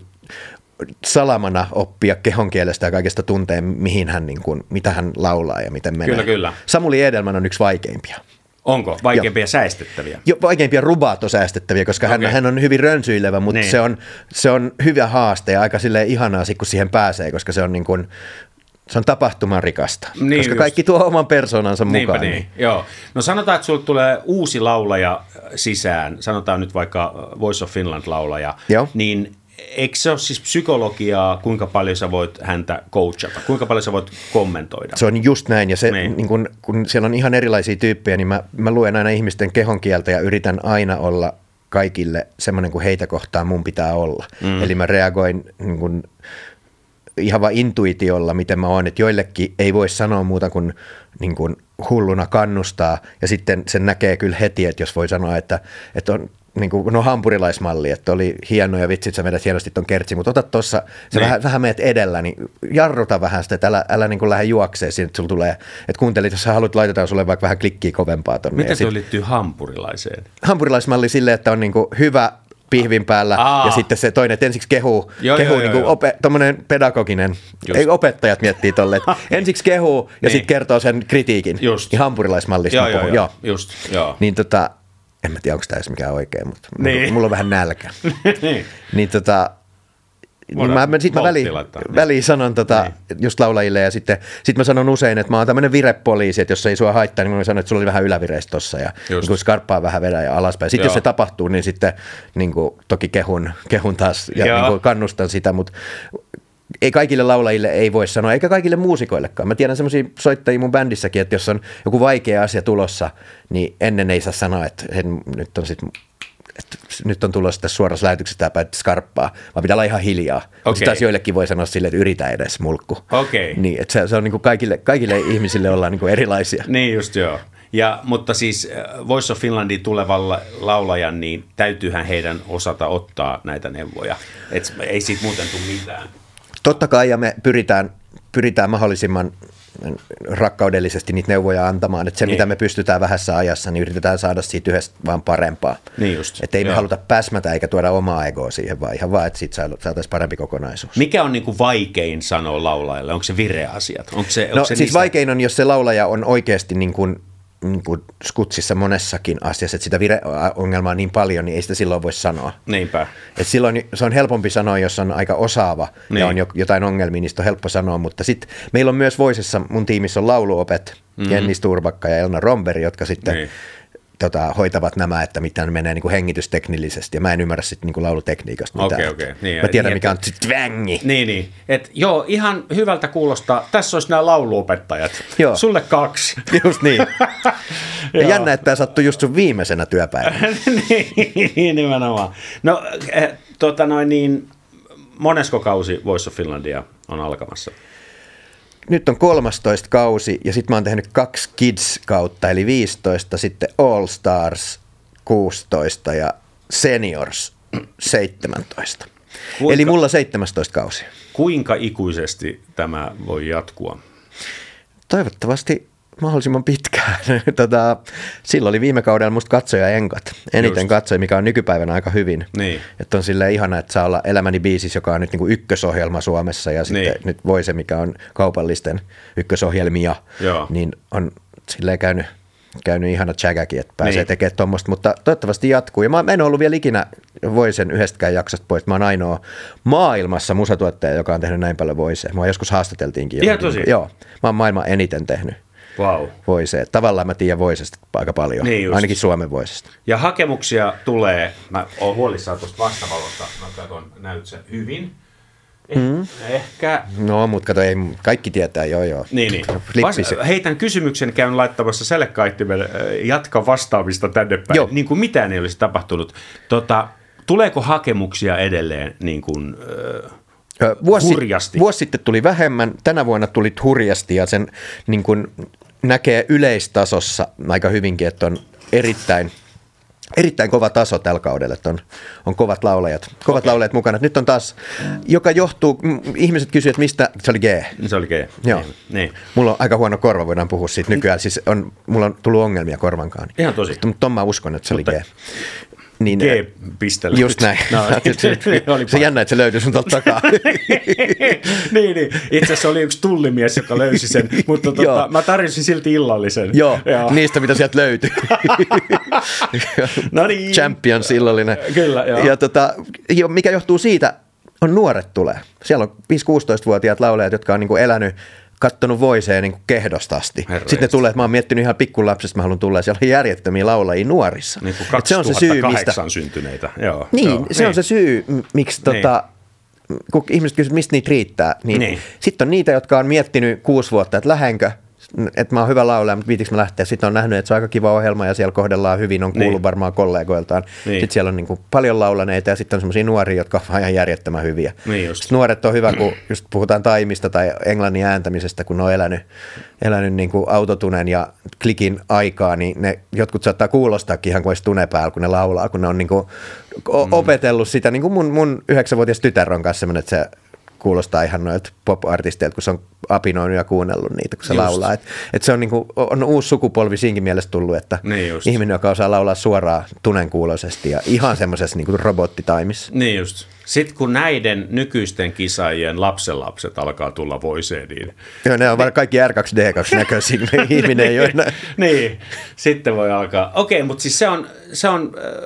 salamana oppia kehon kielestä ja kaikesta tunteen, mihin hän, mitä hän laulaa ja miten menee. Kyllä. Samuli Edelman on yksi vaikeimpia. Onko? Vaikeimpia säästettäviä? Jo, vaikeimpia rubato-säästettäviä, koska hän on hyvin rönsyilevä, mutta se on hyvä haaste ja aika silleen ihanaa, kun siihen pääsee, koska se on niin kuin, se on tapahtumarikasta, koska kaikki tuo oman persoonansa mukaan. Niin. Joo. No sanotaan, että sulle tulee uusi laulaja sisään, sanotaan nyt vaikka Voice of Finland-laulaja, niin eikö se ole siis psykologiaa, kuinka paljon sä voit häntä coachata, kuinka paljon sä voit kommentoida? Se on just näin, ja se, niin kun siellä on ihan erilaisia tyyppejä, niin mä luen aina ihmisten kehonkieltä ja yritän aina olla kaikille semmoinen kuin heitä kohtaan mun pitää olla. Eli mä reagoin niin kun, ihan vaan intuitiolla, miten mä oon, että joillekin ei voi sanoa muuta kuin, niin kuin hulluna kannustaa, ja sitten sen näkee kyllä heti, että jos voi sanoa, että on niin kuin, hampurilaismalli, että oli hieno ja vitsit, sä vedät hienosti ton kertsi, mutta ota tossa, sä vähän meet edellä, niin jarruta vähän sitä, että älä niin kuin lähde juokseen siinä, että sulla tulee, että kuuntelit, jos sä haluat, laitetaan sulle vaikka vähän klikkiä kovempaa tonne. Miten se liittyy hampurilaiseen? Hampurilaismalli silleen, että on niin kuin hyvä pihvin päällä ja sitten se toinen, että ensiksi kehuu niin kuin tommoinen pedagoginen, ei opettajat miettii tolle, että ensiksi kehuu ja sitten kertoo sen kritiikin. Niin hampurilaismallista mä puhun. Joo. Niin en mä tiedä, onko tämä edes mikään oikein, mutta mulla on vähän nälkä. niin Sitten mä väliin sanon just laulajille ja sitten mä sanon usein, että mä oon tämmöinen virepoliisi, että jos ei sua haittaa, niin mä sanon, että sulla oli vähän ylävireistä tossa ja niin skarppaa vähän vedä ja alaspäin. Sitten jos se tapahtuu, niin sitten niin kuin, toki kehun taas ja niin kuin, kannustan sitä, mutta ei kaikille laulajille ei voi sanoa, eikä kaikille muusikoillekaan. Mä tiedän semmoisia soittajia mun bändissäkin, että jos on joku vaikea asia tulossa, niin ennen ei saa sanoa, että nyt on tulossa tässä suorassa lähetyksessä tämä päätti skarppaa, vaan pitää olla ihan hiljaa. Mutta taas joillekin voi sanoa silleen, että yritä edes mulkku. Niin, että se on niin kuin kaikille ihmisille ollaan niin kuin erilaisia. Niin just joo. Mutta siis Voice of Finlandin tulevan laulajan, niin täytyyhän heidän osata ottaa näitä neuvoja. Et ei siitä muuten tule mitään. Totta kai, ja me pyritään mahdollisimman rakkaudellisesti niitä neuvoja antamaan, että se mitä me pystytään vähässä ajassa, niin yritetään saada siitä yhdestä vaan parempaa. Niin just. Että ei me haluta päsmätä eikä tuoda omaa egoa siihen, vaan ihan vaan, että siitä saataisiin parempi kokonaisuus. Mikä on niin kuin vaikein sanoa laulajalle? Onko se vireasiat? Onko se siis vaikein on, jos se laulaja on oikeasti niin kuin skutsissa monessakin asiassa, että sitä vireongelmaa on niin paljon, niin ei sitä silloin voi sanoa. Niinpä. Että silloin se on helpompi sanoa, jos on aika osaava ja on jotain ongelmia, niin sitä on helppo sanoa, mutta sitten meillä on myös Voicessa, mun tiimissä on lauluopet, Jenni Sturbakka ja Elna Romberg, jotka sitten hoitavat nämä, että mitä menee niin kuin hengitysteknillisesti, ja mä en ymmärrä sitten niin kuin laulutekniikasta mitään. Niin, mä tiedän, mikä on tvängi. Niin. Et joo, ihan hyvältä kuulostaa. Tässä olisi nämä lauluopettajat. Joo. Sulle 2. Just niin. Ja jännä, että tämä sattui just sun viimeisenä työpäivänä. Niin, nimenomaan. No, niin monesko kausi Voice of Finlandia on alkamassa? Nyt on 13 kausi ja sitten mä oon tehnyt 2 Kids-kautta, eli 15, sitten All Stars 16 ja Seniors 17. Eli mulla 17 kausi. Kuinka ikuisesti tämä voi jatkua? Toivottavasti mahdollisimman pitkään. Silloin oli viime kaudella musta katsoja-enkat. Eniten katsoja, mikä on nykypäivänä aika hyvin. Niin. Että on silleen ihana, että saa olla Elämäni biisissä, joka on nyt niinku ykkösohjelma Suomessa ja sitten nyt Voice, mikä on kaupallisten ykkösohjelmia, niin on silleen käynyt ihana chäkäkin, että pääsee tekemään tuommoista, mutta toivottavasti jatkuu. Ja mä en ollut vielä ikinä Voicen yhdestäkään jaksosta pois. Mä oon ainoa maailmassa musatuottaja, joka on tehnyt näin paljon Voicea. Mä joskus haastateltiinkin. Ihan tosi? Joo. Mä oon maailman eniten tehnyt. Wow. Voicea. Tavallaan mä tiedän Voicesta aika paljon, ainakin Suomen Voicesta. Ja hakemuksia tulee, mä oon huolissaan tuosta vastavalosta, mä katson, näyt se hyvin. Ehkä. No, mutta kato, ei, kaikki tietää, joo. Niin. Heitän kysymyksen, käyn laittamassa sälekkaittimen, jatka vastaamista tänne päin. Joo. Niin kuin mitään ei olisi tapahtunut. Tuleeko hakemuksia edelleen niin kuin, hurjasti? Vuosi sitten tuli vähemmän, tänä vuonna tuli hurjasti ja sen niin kuin näkee yleistasossa aika hyvinkin, että on erittäin kova taso tällä kaudella, että on kovat laulajat mukana. Nyt on taas, joka johtuu, ihmiset kysyvät, että mistä, se oli G. Se oli G, joo. Niin. Mulla on aika huono korva, voidaan puhua siitä nykyään, siis mulla on tullut ongelmia korvankaan. Ihan tosi. Mutta mä uskon, että se oli G. Niin, G-pistellä. Just näin. No, se jännä, että se löytyi sun tuolta takaa. niin. Itse asiassa oli yksi tullimies, joka löysi sen, mutta mä tarjosin silti illallisen. Joo, niistä mitä sieltä löytyi. No niin. Champions illallinen. Kyllä, ja mikä johtuu siitä, on nuoret tulee. Siellä on 5-16-vuotiaat laulajat, jotka on niinku elänyt, kattonut Voicea niin kehdosta asti. Sitten ne tulee, että mä oon miettinyt ihan pikkulapsesta, mä haluan tulla, ja siellä on järjettömiä laulajia nuorissa. Niin kuin 2008 syntyneitä. Joo, se on se syy, miksi kun ihmiset kysyvät, mistä niitä riittää, niin. Sitten on niitä, jotka on miettinyt 6 vuotta, että lähdenkö, että mä oon hyvä laulaja, mutta viitinkö mä lähteä. Sitten on nähnyt, että se on aika kiva ohjelma ja siellä kohdellaan hyvin, on kuullut varmaan kollegoiltaan. Sitten siellä on niin kuin paljon laulaneita ja sitten on semmoisia nuoria, jotka ovat ihan järjettömän hyviä. Nuoret on hyvä, kun just puhutaan taimista tai englannin ääntämisestä, kun ne on elänyt niin kuin autotunen ja klikin aikaa, niin ne jotkut saattaa kuulostaakin ihan kuin tune päällä, kun ne laulaa, kun ne on niin kuin opetellut sitä. Niin kuin mun 9-vuotias tytär on kanssa semmoinen, että se kuulostaa ihan noilta pop-artisteilta, kun se on apinoinut ja kuunnellut niitä, kun se laulaa. Et se on, niinku, on uusi sukupolvi siinkin mielessä tullut, että ihminen, joka osaa laulaa suoraan tunenkuuloisesti ja ihan semmoisessa niinku robottitaimissa. Niin just. Sitten kun näiden nykyisten kisaajien lapsenlapset alkaa tulla Voiceen, niin... Joo, ne on vaan kaikki R2D2 näköisiä, ihminen ei ole enää. Niin, sitten voi alkaa. Okei, mutta siis se on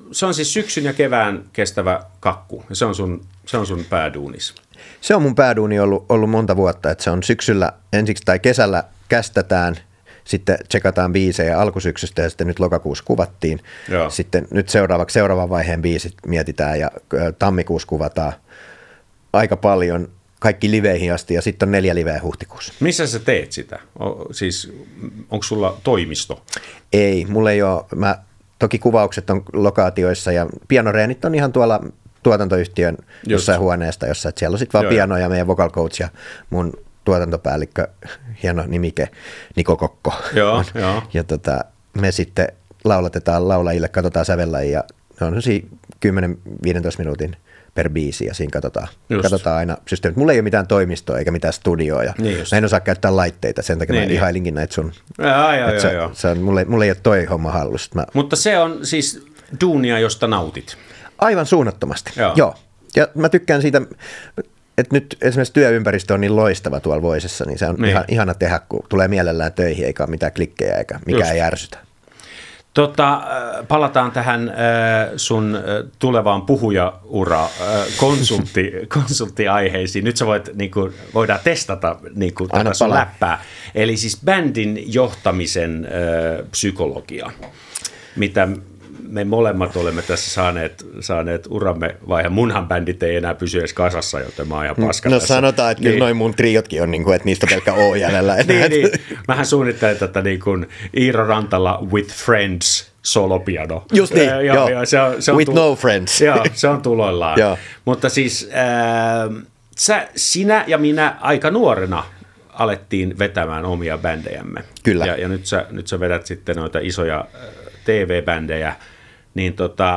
se on siis syksyn ja kevään kestävä kakku. Se on sun pääduunis. Se on mun pääduuni ollut monta vuotta, että se on syksyllä ensiksi tai kesällä kästetään, sitten tsekataan biisejä alkusyksystä ja sitten nyt lokakuussa kuvattiin. Joo. Sitten nyt seuraavan vaiheen biisit mietitään ja tammikuussa kuvataan aika paljon kaikki liveihin asti ja sitten on 4 liveä huhtikuussa. Missä sä teet sitä? Siis onko sulla toimisto? Ei, mulla ei ole. Toki kuvaukset on lokaatioissa ja pianoreenit on ihan tuolla tuotantoyhtiön jossain huoneesta, jossa että siellä on sitten vaan piano ja meidän vocal coach ja mun tuotantopäällikkö, hieno nimike, Niko Kokko. Joo. Ja me sitten laulatetaan laulajille, katsotaan sävellajia ja ne on 10-15 minuutin per biisi ja siinä katsotaan aina systeemit. Mulla ei ole mitään toimistoa eikä mitään studioa ja mä en osaa käyttää laitteita, sen takia mä ihailinkin näitä sun. Mulla ei ole toi homma hallussa. Mutta se on siis duunia, josta nautit. Aivan suunnattomasti, joo. Ja mä tykkään siitä, että nyt esimerkiksi työympäristö on niin loistava tuolla Voicessa, niin se on ihana tehdä, kun tulee mielellään töihin eikä ole mitään klikkejä eikä mikään ei ärsytä. Palataan tähän sun tulevaan puhujaura konsulttiaiheisiin. Nyt sä voidaan testata tätä sun läppää. Eli siis bändin johtamisen psykologia, mitä me molemmat olemme tässä saaneet uramme vaihe. Munhan bändit ei enää pysy edes kasassa, joten mä oon ihan paska No tässä. sanotaan, että kyllä noin mun triotkin on, että niistä on pelkkä O jäljellä. niin. Mähän suunnittelen tätä Iiro Rantala with friends solopiano. Just niin, joo. Se on with no friends. Joo, se on tuloillaan. Mutta siis sinä ja minä aika nuorena alettiin vetämään omia bändejämme. Kyllä. Ja nyt sä vedät sitten noita isoja TV-bändejä, niin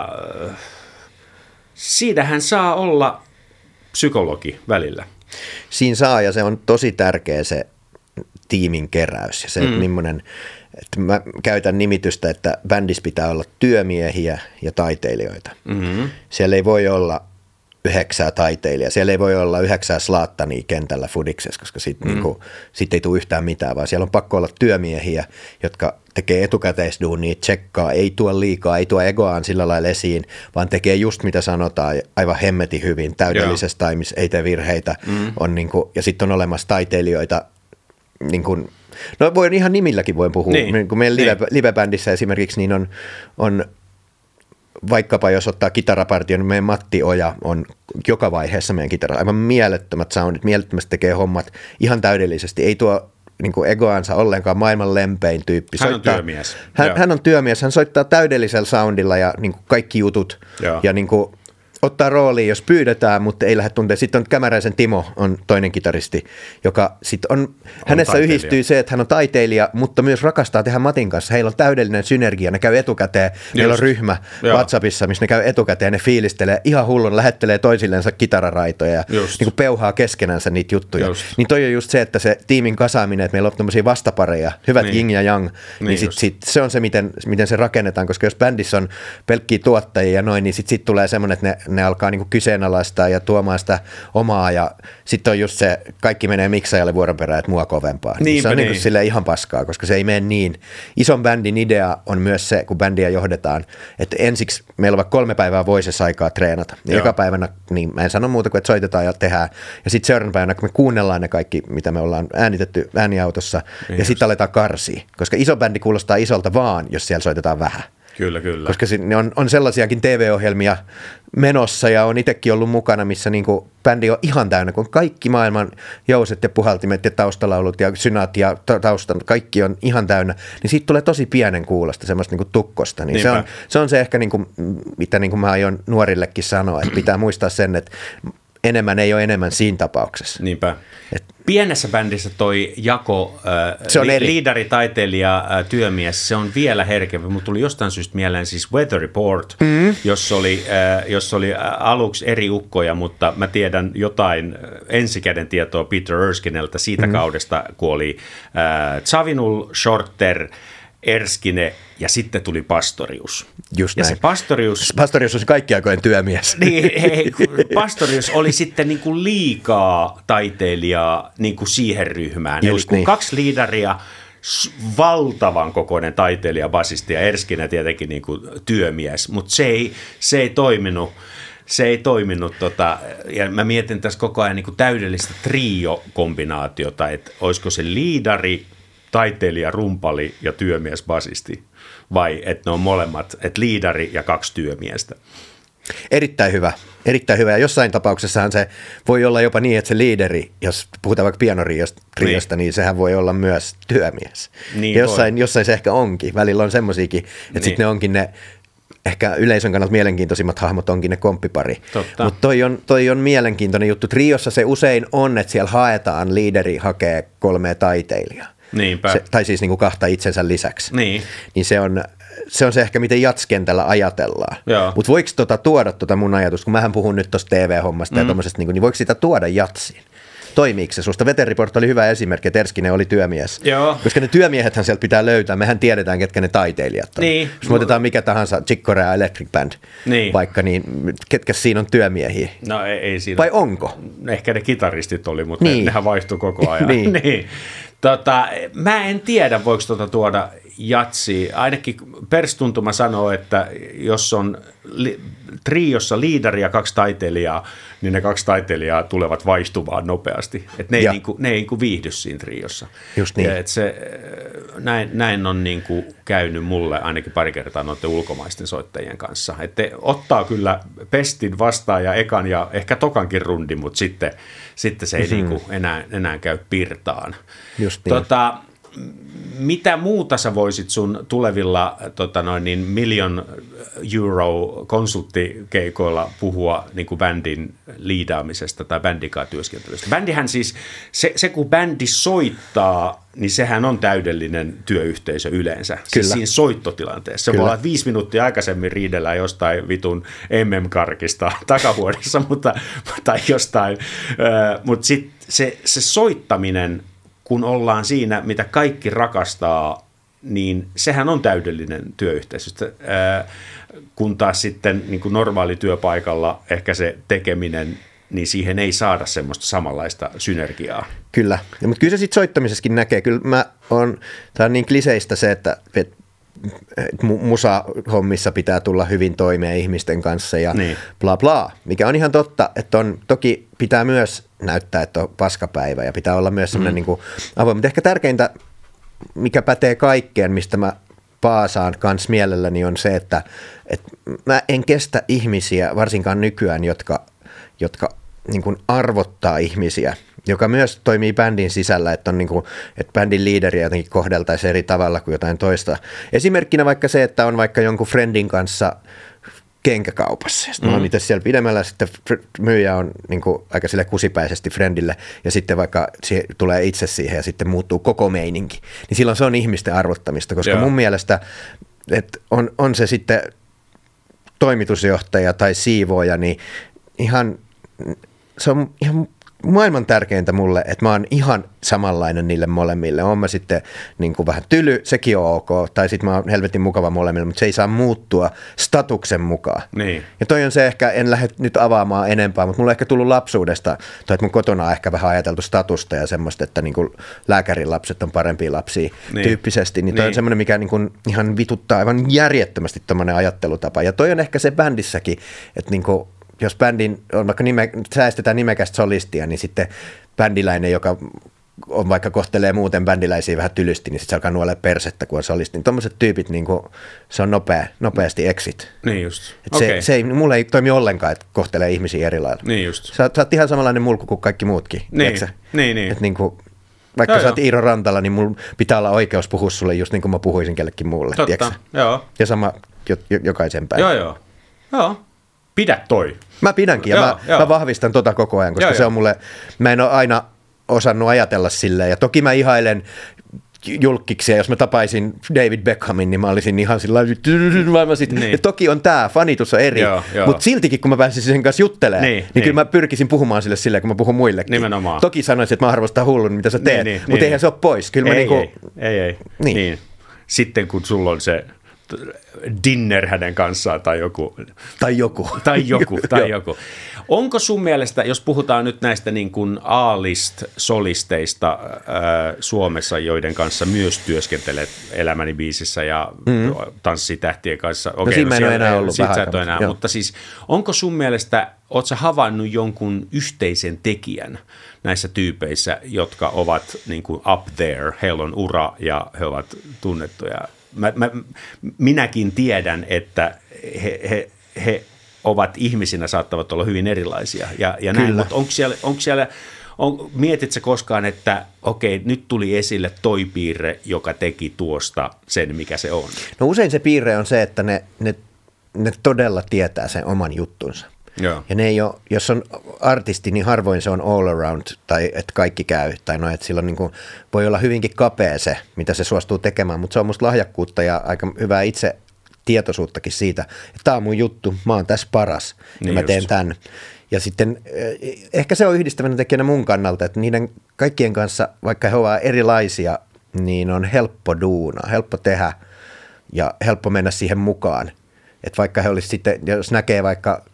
siinähän saa olla psykologi välillä. Siinä saa, ja se on tosi tärkeä se tiimin keräys ja se, millainen, että mä käytän nimitystä, että bändissä pitää olla työmiehiä ja taiteilijoita. Mm-hmm. Siellä ei voi olla 9 taiteilijaa, siellä ei voi olla 9 slaattania kentällä fudiksessa, koska sit ei tule yhtään mitään, vaan siellä on pakko olla työmiehiä, jotka tekee etukäteisduunia, tsekkaa, ei tuo liikaa, ei tuo egoaan sillä lailla esiin, vaan tekee just mitä sanotaan aivan hemmetin hyvin, täydellisessä taimissa, ei tee virheitä, on ja sitten on olemassa taiteilijoita, no voi ihan nimilläkin voi puhua, niin kun meidän livebändissä esimerkiksi niin on vaikkapa jos ottaa kitarapartion, niin meidän Matti Oja on joka vaiheessa meidän kitara. Aivan mielettömät soundit, mielettömästi tekee hommat ihan täydellisesti. Ei tuo egoansa ollenkaan maailman lempein tyyppi. Hän on työmies. Hän on työmies, hän soittaa täydellisellä soundilla ja kaikki jutut. Ja ottaa rooliin, jos pyydetään, mutta ei lähde tuntea. Sitten on Kämäräisen Timo, on toinen kitaristi, joka sitten on hänessä taiteilija. Yhdistyy se, että hän on taiteilija, mutta myös rakastaa tehdä Matin kanssa. Heillä on täydellinen synergia, ne käy etukäteen. Meillä on ryhmä WhatsAppissa, missä ne käy etukäteen, ne fiilistelee ihan hullun, lähettelee toisillensa kitararaitoja ja peuhaa keskenänsä niitä juttuja. Niin toi on just se, että se tiimin kasaaminen, että meillä on tämmöisiä vastapareja, hyvät yin ja yang, niin sit se on se, miten se rakennetaan, koska jos bändissä on pelkkiä tuottajia ja noin, niin sit tulee semmoinen, että ne alkaa kyseenalaistaa ja tuomaan sitä omaa ja sitten on just se, kaikki menee miksaajalle vuoron perään, että mua kovempaa. Se on silleen ihan paskaa, koska se ei mene niin. Ison bändin idea on myös se, kun bändiä johdetaan, että ensiksi meillä on vaikka 3 päivää Voicessa aikaa treenata. Ja joka päivänä, niin mä en sano muuta kuin, että soitetaan ja tehdään. Ja sitten seuraavana päivänä, kun me kuunnellaan ne kaikki, mitä me ollaan äänitetty ääniautossa, ja sitten aletaan karsia. Koska iso bändi kuulostaa isolta vaan, jos siellä soitetaan vähän. Kyllä. Koska on sellaisiakin TV-ohjelmia menossa ja on itsekin ollut mukana, missä bändi on ihan täynnä, kun kaikki maailman jouset ja puhaltimet ja taustalaulut ja synat ja taustan, kaikki on ihan täynnä, niin siitä tulee tosi pienen kuulosta, semmoista tukkosta. Niin se on se ehkä, mitä mä aion nuorillekin sanoa, että pitää muistaa sen, että enemmän ei ole enemmän siinä tapauksessa. Niinpä. Pienessä bändissä toi jako, liidari, taiteilija, työmies, se on vielä herkempi. Mut tuli jostain syystä mieleen siis Weather Report, jos oli aluksi eri ukkoja, mutta mä tiedän jotain ensikäden tietoa Peter Erskинeltä siitä kaudesta, kun oli Xavinul, Shorter, Erskine ja sitten tuli Pastorius. Just ja näin. Se Pastorius on se kaikki aikojen työmies. Niin, Pastorius oli sitten liikaa taiteilijaa siihen ryhmään. Just eli kun 2 liidaria, valtavan kokoinen taiteilija, basisti ja Erskine tietenkin niin kuin työmies, mutta se ei toiminut. Se ei toiminut, ja mä mietin tässä koko ajan niin kuin täydellistä trio-kombinaatiota, että olisiko se liidari, taiteilija, rumpali ja työmies, basisti, vai että ne on molemmat, että liidari ja 2 työmiestä. Erittäin hyvä. Erittäin hyvä. Ja jossain tapauksessahan se voi olla jopa niin, että se liideri, jos puhutaan vaikka pianotriosta, niin sehän voi olla myös työmies. Niin jossain se ehkä onkin. Välillä on semmosiakin, että sitten ne onkin ne ehkä yleisön kannalta mielenkiintoisimmat hahmot onkin ne komppipari. Mutta toi on mielenkiintoinen juttu. Triossa se usein on, että siellä haetaan, liideri hakee 3 taiteilijaa. Niinpä. Tai siis niin kuin 2 itsensä lisäksi. Niin se on se ehkä, miten jatskentällä ajatellaan. Mutta voiko tuoda mun ajatus, kun mähän puhun nyt tuosta TV-hommasta ja tuommoisesta, niin voiko sitä tuoda jatsiin? Toimiiko se susta? Weather Report oli hyvä esimerkki, että Erskine oli työmies. Joo. Koska ne työmiehethän sieltä pitää löytää. Mehän tiedetään, ketkä ne taiteilijat on. Niin. Jos me otetaan mikä tahansa Chick Corea Electric Band, vaikka, niin ketkä siinä on työmiehiä? No ei siinä. Vai onko? Ehkä ne kitaristit oli, mutta nehän vaihtui koko ajan. niin. Mä en tiedä, voiko tuoda jatsia. Ainakin perstuntuma sanoo, että jos on triossa liidari ja 2 taiteilijaa, niin ne 2 taiteilijaa tulevat vaihtumaan nopeasti. Että ne ei viihdy siinä triossa. Just niin. Ja näin on niin kuin käynyt mulle ainakin pari kertaa noiden ulkomaisten soittajien kanssa. Että ottaa kyllä pestin vastaan ja ekan ja ehkä tokankin rundin, mutta sitten se ei niin kuin enää käy pirtaan. Just niin. Mitä muuta sä voisit sun tulevilla $1 million konsulttikeikoilla puhua niin kuin bändin liidaamisesta tai bändikaan työskentelystä? Bändihän siis, se kun bändi soittaa, niin sehän on täydellinen työyhteisö yleensä. Siis siinä soittotilanteessa. Se voi olla, että 5 minuuttia aikaisemmin riidellään jostain vitun MM-karkista takavuodessa, tai jostain. Mutta sitten se soittaminen, kun ollaan siinä, mitä kaikki rakastaa, niin sehän on täydellinen työyhteisö. Kun taas sitten niin kuin normaali työpaikalla ehkä se tekeminen, niin siihen ei saada semmoista samanlaista synergiaa. Kyllä, mutta kyllä se sitten soittamisessakin näkee. Kyllä tämä on niin kliseistä se, että musahommissa pitää tulla hyvin toimeen ihmisten kanssa ja bla bla, mikä on ihan totta, että toki pitää myös näyttää, että on paskapäivä ja pitää olla myös semmoinen niin kuin avoin, mutta ehkä tärkeintä, mikä pätee kaikkeen, mistä mä paasaan kans mielelläni, on se, että mä en kestä ihmisiä, varsinkaan nykyään, jotka niin kuin arvottaa ihmisiä, joka myös toimii bändin sisällä, että, on niin kuin, että bändin liideriä jotenkin kohdeltaisiin eri tavalla kuin jotain toista. Esimerkkinä vaikka se, että on vaikka jonkun friendin kanssa kenkäkaupassa. Sitten mä oon itse siellä pidemmällä, sitten myyjä on niin kuin aika sille kusipäisesti friendille, ja sitten vaikka tulee itse siihen ja sitten muuttuu koko meininki, niin silloin se on ihmisten arvottamista, koska mun mielestä että on se sitten toimitusjohtaja tai siivooja, niin se on ihan maailman tärkeintä mulle, että mä oon ihan samanlainen niille molemmille. Oon mä sitten niin kuin vähän tyly, sekin on ok, tai sitten mä oon helvetin mukava molemmille, mutta se ei saa muuttua statuksen mukaan. Niin. Ja toi on se ehkä, en lähde nyt avaamaan enempää, mutta mulla on ehkä tullut lapsuudesta, tai että mun kotona on ehkä vähän ajateltu statusta ja semmoista, että niin kuin lääkärin lapset on parempia lapsia tyyppisesti, niin toi on semmoinen, mikä niin kuin ihan vituttaa aivan järjettömästi tommoinen ajattelutapa. Ja toi on ehkä se bändissäkin, että niin kuin jos bändin on vaikka säästetään nimekästä solistia, niin sitten bändiläinen, joka on vaikka kohtelee muuten bändiläisiä vähän tylysti, niin sitten se alkaa nuolee persettä, kun on solisti. Niin tommoset tyypit, niin se on nopeasti exit. Niin just. Mulle ei toimi ollenkaan, että kohtelee ihmisiä eri lailla. Niin just. Sä oot ihan samanlainen mulkku kuin kaikki muutkin. Niin. Että niin kuin, vaikka sä oot Iiro Rantala, niin mulla pitää olla oikeus puhua sulle just niin kuin mä puhuisin kellekin muulle. Totta, joo. Ja sama jokaisen päin. Joo. Pidä toi. Mä pidänkin ja mä vahvistan koko ajan, koska se on mulle, mä en ole aina osannut ajatella silleen, ja toki mä ihailen julkkiksia, jos mä tapaisin David Beckhamin, niin mä olisin ihan sillä niin. Ja toki on tää, fanitus on eri, mutta siltikin kun mä pääsisin sen kanssa juttelemaan, niin kyllä mä pyrkisin puhumaan sille silleen, kun mä puhun muillekin. Nimenomaan. Toki sanoisin, että mä arvostan hullun, mitä sä teet, mutta eihän se ole pois. Kyllä ei. Niin. Sitten kun sulla on se dinner hänen kanssaan tai joku. Tai joku. Tai joku. Onko sun mielestä, jos puhutaan nyt näistä niin kuin A-list-solisteista Suomessa, joiden kanssa myös työskentelet Elämäni biisissä ja tanssitähtien kanssa. Okay, siinä mä en ole enää ollut vähän. Mutta siis onko sun mielestä, ootko sä havainnut jonkun yhteisen tekijän näissä tyypeissä, jotka ovat niin kuin up there, heillä on ura ja he ovat tunnettuja? Minäkin tiedän, että he ovat ihmisinä, saattavat olla hyvin erilaisia ja näin, mutta onko siellä mietitkö koskaan, että okei, nyt tuli esille toi piirre, joka teki tuosta sen, mikä se on? No usein se piirre on se, että ne todella tietää sen oman juttunsa. Joo. Ja ne ei ole, jos on artisti, niin harvoin se on all around, tai että kaikki käy, tai no, että silloin niin kuin voi olla hyvinkin kapea se, mitä se suostuu tekemään, mutta se on musta lahjakkuutta ja aika hyvää itse tietoisuuttakin siitä, että tämä on mun juttu, mä oon tässä paras, ja niin mä teen tämän. Ja sitten ehkä se on yhdistävänä tekijänä mun kannalta, että niiden kaikkien kanssa, vaikka he ovat erilaisia, niin on helppo duunaa, helppo tehdä ja helppo mennä siihen mukaan. Että vaikka he olisi sitten, jos näkee vaikka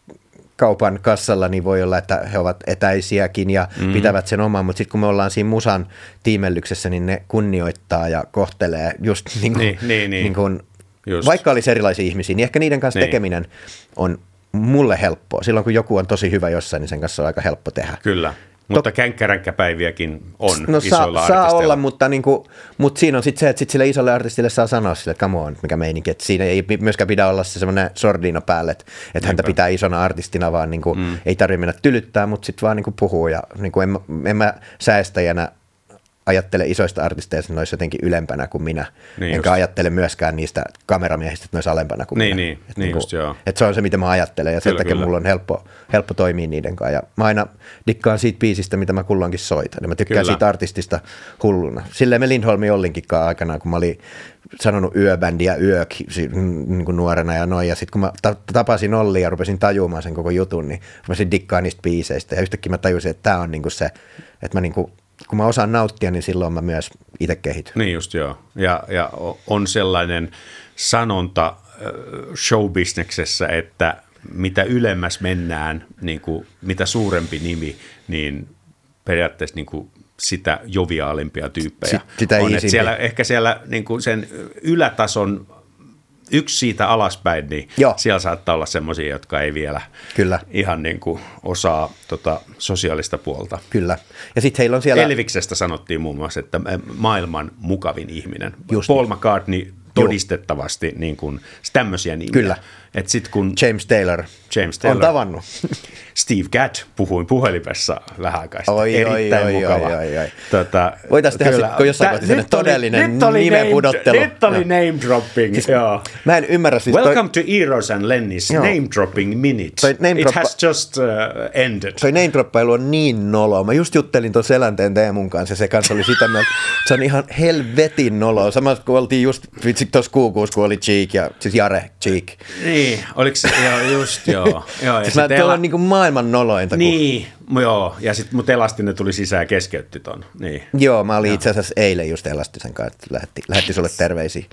kaupan kassalla, niin voi olla, että he ovat etäisiäkin ja pitävät sen oman, mutta sitten kun me ollaan siinä musan tiimellyksessä, niin ne kunnioittaa ja kohtelee just niin kuin vaikka olisi erilaisia ihmisiä, niin ehkä niiden kanssa tekeminen on mulle helppoa. Silloin kun joku on tosi hyvä jossain, niin sen kanssa on aika helppo tehdä. Kyllä, mutta känkkäränkkäpäiviäkin on isoilla artisteilla. Saa olla, mutta siinä on sitten se, että sit sille isolle artistille saa sanoa sille, että come on, mikä meininki. Että siinä ei myöskään pidä olla se semmoinen sordino päälle, että häntä pitää isona artistina, vaan ei tarvitse mennä tylyttää, mutta sitten vaan puhuu. Ja en mä säästäjänä ajattele isoista artisteista, että ne olisi jotenkin ylempänä kuin minä. Niin enkä ajattele myöskään niistä kameramiehistä, että ne olisi alempana kuin minä. Että se on se, mitä mä ajattelen, ja sen takia mulla on helppo toimia niiden kanssa. Ja mä aina dikkaan siitä biisistä, mitä mä kulloinkin soitan. Ja mä tykkään siitä artistista hulluna. Silleen me Lindholmin Ollinkin aikanaan, kun mä olin sanonut yöbändi ja yök niin kuin nuorena ja noin. Ja sitten kun mä tapasin Olli ja rupesin tajumaan sen koko jutun, niin rupesin dikkaan niistä biiseistä. Ja yhtäkkiä mä tajusin, että tämä on niin kuin se, että mä kun mä osaan nauttia, niin silloin mä myös itse kehityn. Niin just joo. Ja on sellainen sanonta showbisneksessä, että mitä ylemmäs mennään, niin kuin, mitä suurempi nimi, niin periaatteessa niin kuin sitä joviaalimpia tyyppejä sitä on. Ehkä siellä niin kuin sen ylätason yksi siitä alaspäin, niin siellä saattaa olla semmoisia, jotka ei vielä ihan niin kuin osaa sosiaalista puolta. Kyllä. Ja sitten heillä on siellä Elviksestä sanottiin muun muassa, että maailman mukavin ihminen. Paul McCartney todistettavasti niin kuin tämmöisiä nimiä. Kyllä. Et sit kun James Taylor on tavannut. Steve Gadd puhui puhelimessa vähän aikaa sitten. Erittäin mukava. Voitaisiin tehdä sitten, kun jossain kohti sellainen todellinen nimenpudottelu. Nyt oli name dropping. Siis, mä en ymmärrä siis. Welcome to Eros and Lenny's name dropping minute. It has just ended. Toi name droppailu on niin noloa. Mä just juttelin tuon Selänteen Teemun kanssa ja se kanssa oli sitä mieltä, se on ihan helvetin noloa. Samassa kun oltiin just tuossa kuukuussa, kun oli Cheek ja siis Jare Cheek. Niin, oliko se, joo. Siis tuolla on niin kuin maailman nolointa. Niin, joo, ja sitten mut Elastinen tuli sisään ja keskeytti ton. Niin. Joo, mä olin itse asiassa eilen just Elastisen kanssa, että lähetti sulle terveisiä.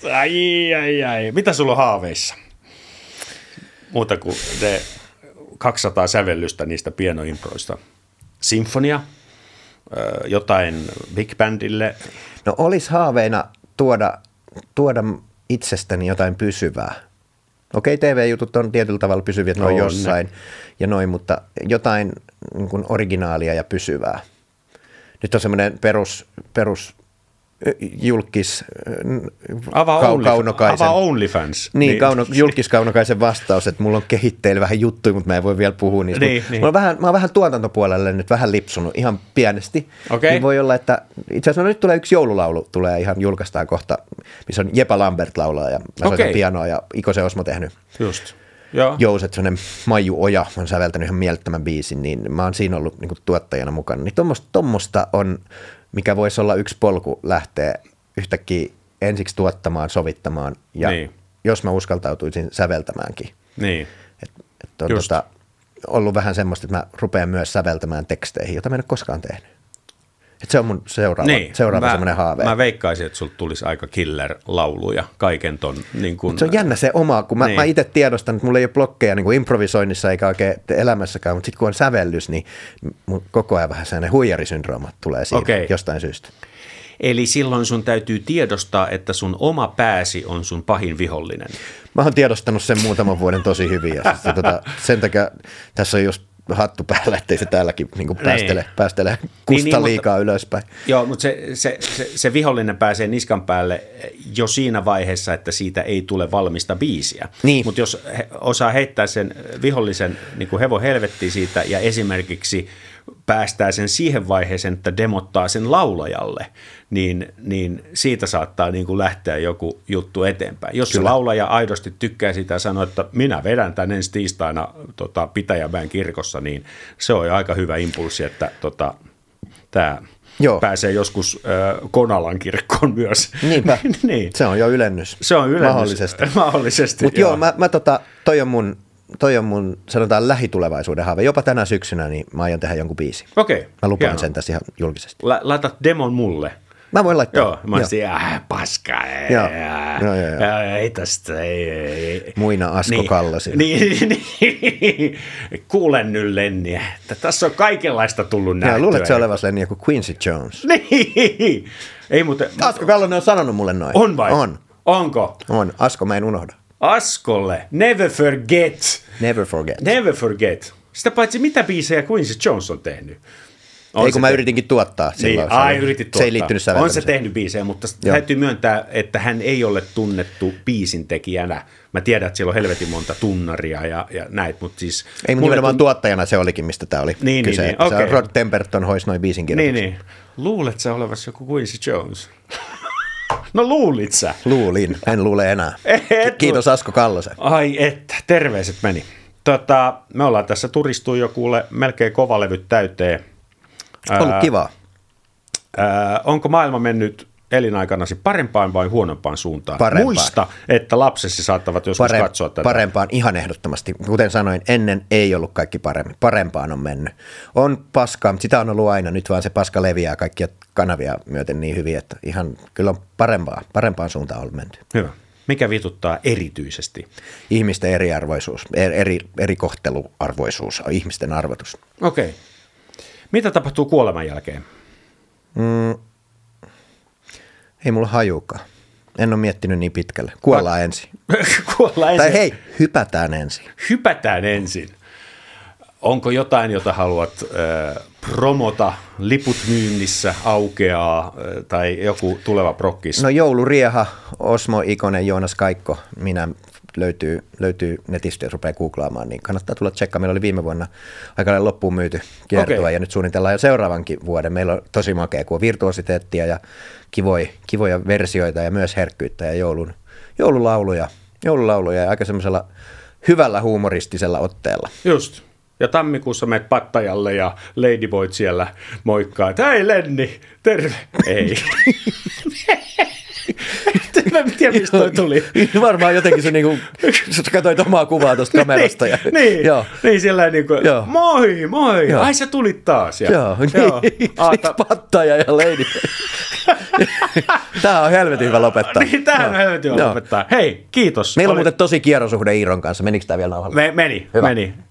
Ai. Mitä sulla on haaveissa? Muuta kuin 200 sävellystä niistä pienoimproista. Sinfonia, jotain big bandille. No olisi haaveina tuoda itsestäni jotain pysyvää. Okei, TV-jutut on tietyllä tavalla pysyviä, että ne on jossain ja noin, mutta jotain niin kuin originaalia ja pysyvää. Nyt on semmoinen perus julkis Kaunokaisen. Avaa OnlyFans. Niin. Julkis Kaunokaisen vastaus, että mulla on kehitteillä vähän juttuja, mutta mä en voi vielä puhua niistä. Niin. Mä oon vähän tuotantopuolelle nyt vähän lipsunut ihan pienesti. Okay. Niin voi olla, että itse asiassa nyt tulee yksi joululaulu, tulee ihan julkaistaan kohta, missä on Jepa Lambert laulaa ja mä soitan pianoa ja Ikosen Osmo tehnyt. Just. Jouset, semmoinen Maiju Oja on säveltänyt ihan mielettömän biisin, niin mä oon siinä ollut niin kuin tuottajana mukana. Niin tommosta on, mikä voisi olla yksi polku lähteä yhtäkkiä ensiksi tuottamaan, sovittamaan ja jos mä uskaltautuisin säveltämäänkin. Niin. On ollut vähän semmoista, että mä rupean myös säveltämään teksteihin, jota mä en ole koskaan tehnyt. Se on mun seuraava semmoinen haave. Mä veikkaisin, että sulla tulisi aika killer-lauluja kaiken ton. Niin kun, se on jännä se oma, kun mä itse tiedostan, että mulla ei ole blokkeja niin kuin improvisoinnissa eikä oikein elämässäkään, mutta sitten kun on sävellys, niin koko ajan vähän sellainen huijarisyndrooma tulee siinä jostain syystä. Eli silloin sun täytyy tiedostaa, että sun oma pääsi on sun pahin vihollinen. Mä oon tiedostanut sen muutaman vuoden tosi hyvin ja sen takia tässä on just hattu päällä, ettei se täälläkin niin päästele kusta liikaa ylöspäin. Joo, mutta se vihollinen pääsee niskan päälle jo siinä vaiheessa, että siitä ei tule valmista biisiä. Niin. Mutta jos osaa heittää sen vihollisen niin kuin hevon helvettiin siitä ja esimerkiksi päästää sen siihen vaiheeseen, että demottaa sen laulajalle, niin siitä saattaa niin kuin lähteä joku juttu eteenpäin. Jos se laulaja aidosti tykkää sitä ja sanoo, että minä vedän tän ensi tiistaina Pitäjänmäen kirkossa, niin se on aika hyvä impulssi, että tämä pääsee joskus Konalan kirkkoon myös. Niinpä, niin. Se on jo ylennys. Se on ylennys. Mahdollisesti. Mutta joo, toi on mun, sanotaan, lähitulevaisuuden haave. Jopa tänä syksynä niin mä aion tehdä jonkun biisin. Okei. Mä lupaan sen tässä ihan julkisesti. Laitat demon mulle. Mä voin laittaa. Joo, mä olisin, paskaa. Ei tästä, ei. Muina Asko Kallasia. Niin. Kuulen nyt, Lenni, että tässä on kaikenlaista tullut nähtyä. Luulet se olevasi, Lenni, joku Quincy Jones? Niin. Ei muuten. Asko Kallanen on sanonut mulle noin. On vai? On. Onko? On. Asko, mä en unohda. Askolle. Never forget. Never forget. Never forget. Sitä paitsi mitä biisejä Quincy Jones on tehnyt. Ei kun mä yritinkin tuottaa silloin. Yritit tuottaa. Se ei liittynyt säveltämiseen. On se tehnyt biisejä, mutta täytyy myöntää, että hän ei ole tunnettu biisintekijänä. Mä tiedän, että siellä on helvetin monta tunnaria ja näitä, mutta siis... Ei, mutta nimenomaan tuottajana se olikin, mistä tämä oli kyse. Niin, okay. Rod Temperton hoisi noin biisinkirjoituksen. Niin. Luulet sä olevasi joku Quincy Jones? No luulit sä? Luulin, en luule enää. Kiitos Asko Kallasen. Ai että, terveiset meni. Me ollaan tässä turistu jo kuule melkein kovalevyt täyteen. Ollut kivaa. Onko maailma mennyt elinaikanasi parempaan vai huonompaan suuntaan? Parempaan. Muista, että lapsesi saattavat joskus katsoa tätä. Parempaan ihan ehdottomasti. Kuten sanoin, ennen ei ollut kaikki paremmin. Parempaan on mennyt. On paskaa, mutta sitä on ollut aina. Nyt vaan se paska leviää kaikkia kanavia myöten niin hyvin, että ihan kyllä on parempaan suuntaan ollut menty. Hyvä. Mikä vituttaa erityisesti? Ihmisten eriarvoisuus, eri kohteluarvoisuus, ihmisten arvotus. Okei. Mitä tapahtuu kuoleman jälkeen? Ei mulla hajukaan. En ole miettinyt niin pitkälle. Kuollaan ensin. Kuollaan ensin. Tai hei, hypätään ensin. Hypätään ensin. Onko jotain, jota haluat promota, liput myynnissä, aukeaa tai joku tuleva prokkis? No Joulurieha, Osmo Ikonen, Joonas Kaikko, minä löytyy netistä, jos rupeaa googlaamaan, niin kannattaa tulla tsekkaamaan. Meillä oli viime vuonna aika lailla loppuun myyty kiertue ja nyt suunnitellaan jo seuraavankin vuoden. Meillä on tosi makea, kun on virtuositeettia ja kivoja versioita ja myös herkkyyttä ja joululauluja ja aika semmoisella hyvällä huumoristisella otteella. Just. Ja tammikuussa menet Pattajalle ja Ladyboyt siellä moikkaa, että hei Lenni, terve. Ei. Mä en tiedä, mistä toi tuli. Varmaan jotenkin se niinku, sä katsoit omaa kuvaa tuosta kamerasta. Niin sillä niinku, moi, joo. Ai sä tulit taas. Joo. Pattaja ja Lady. Tää on helvetin hyvä lopettaa. Niin, tää on helvetin hyvä lopettaa. Hei, kiitos. Meillä on muuten tosi kierrosuhde Iiron kanssa. Menikö tää vielä nauhalle? Meni.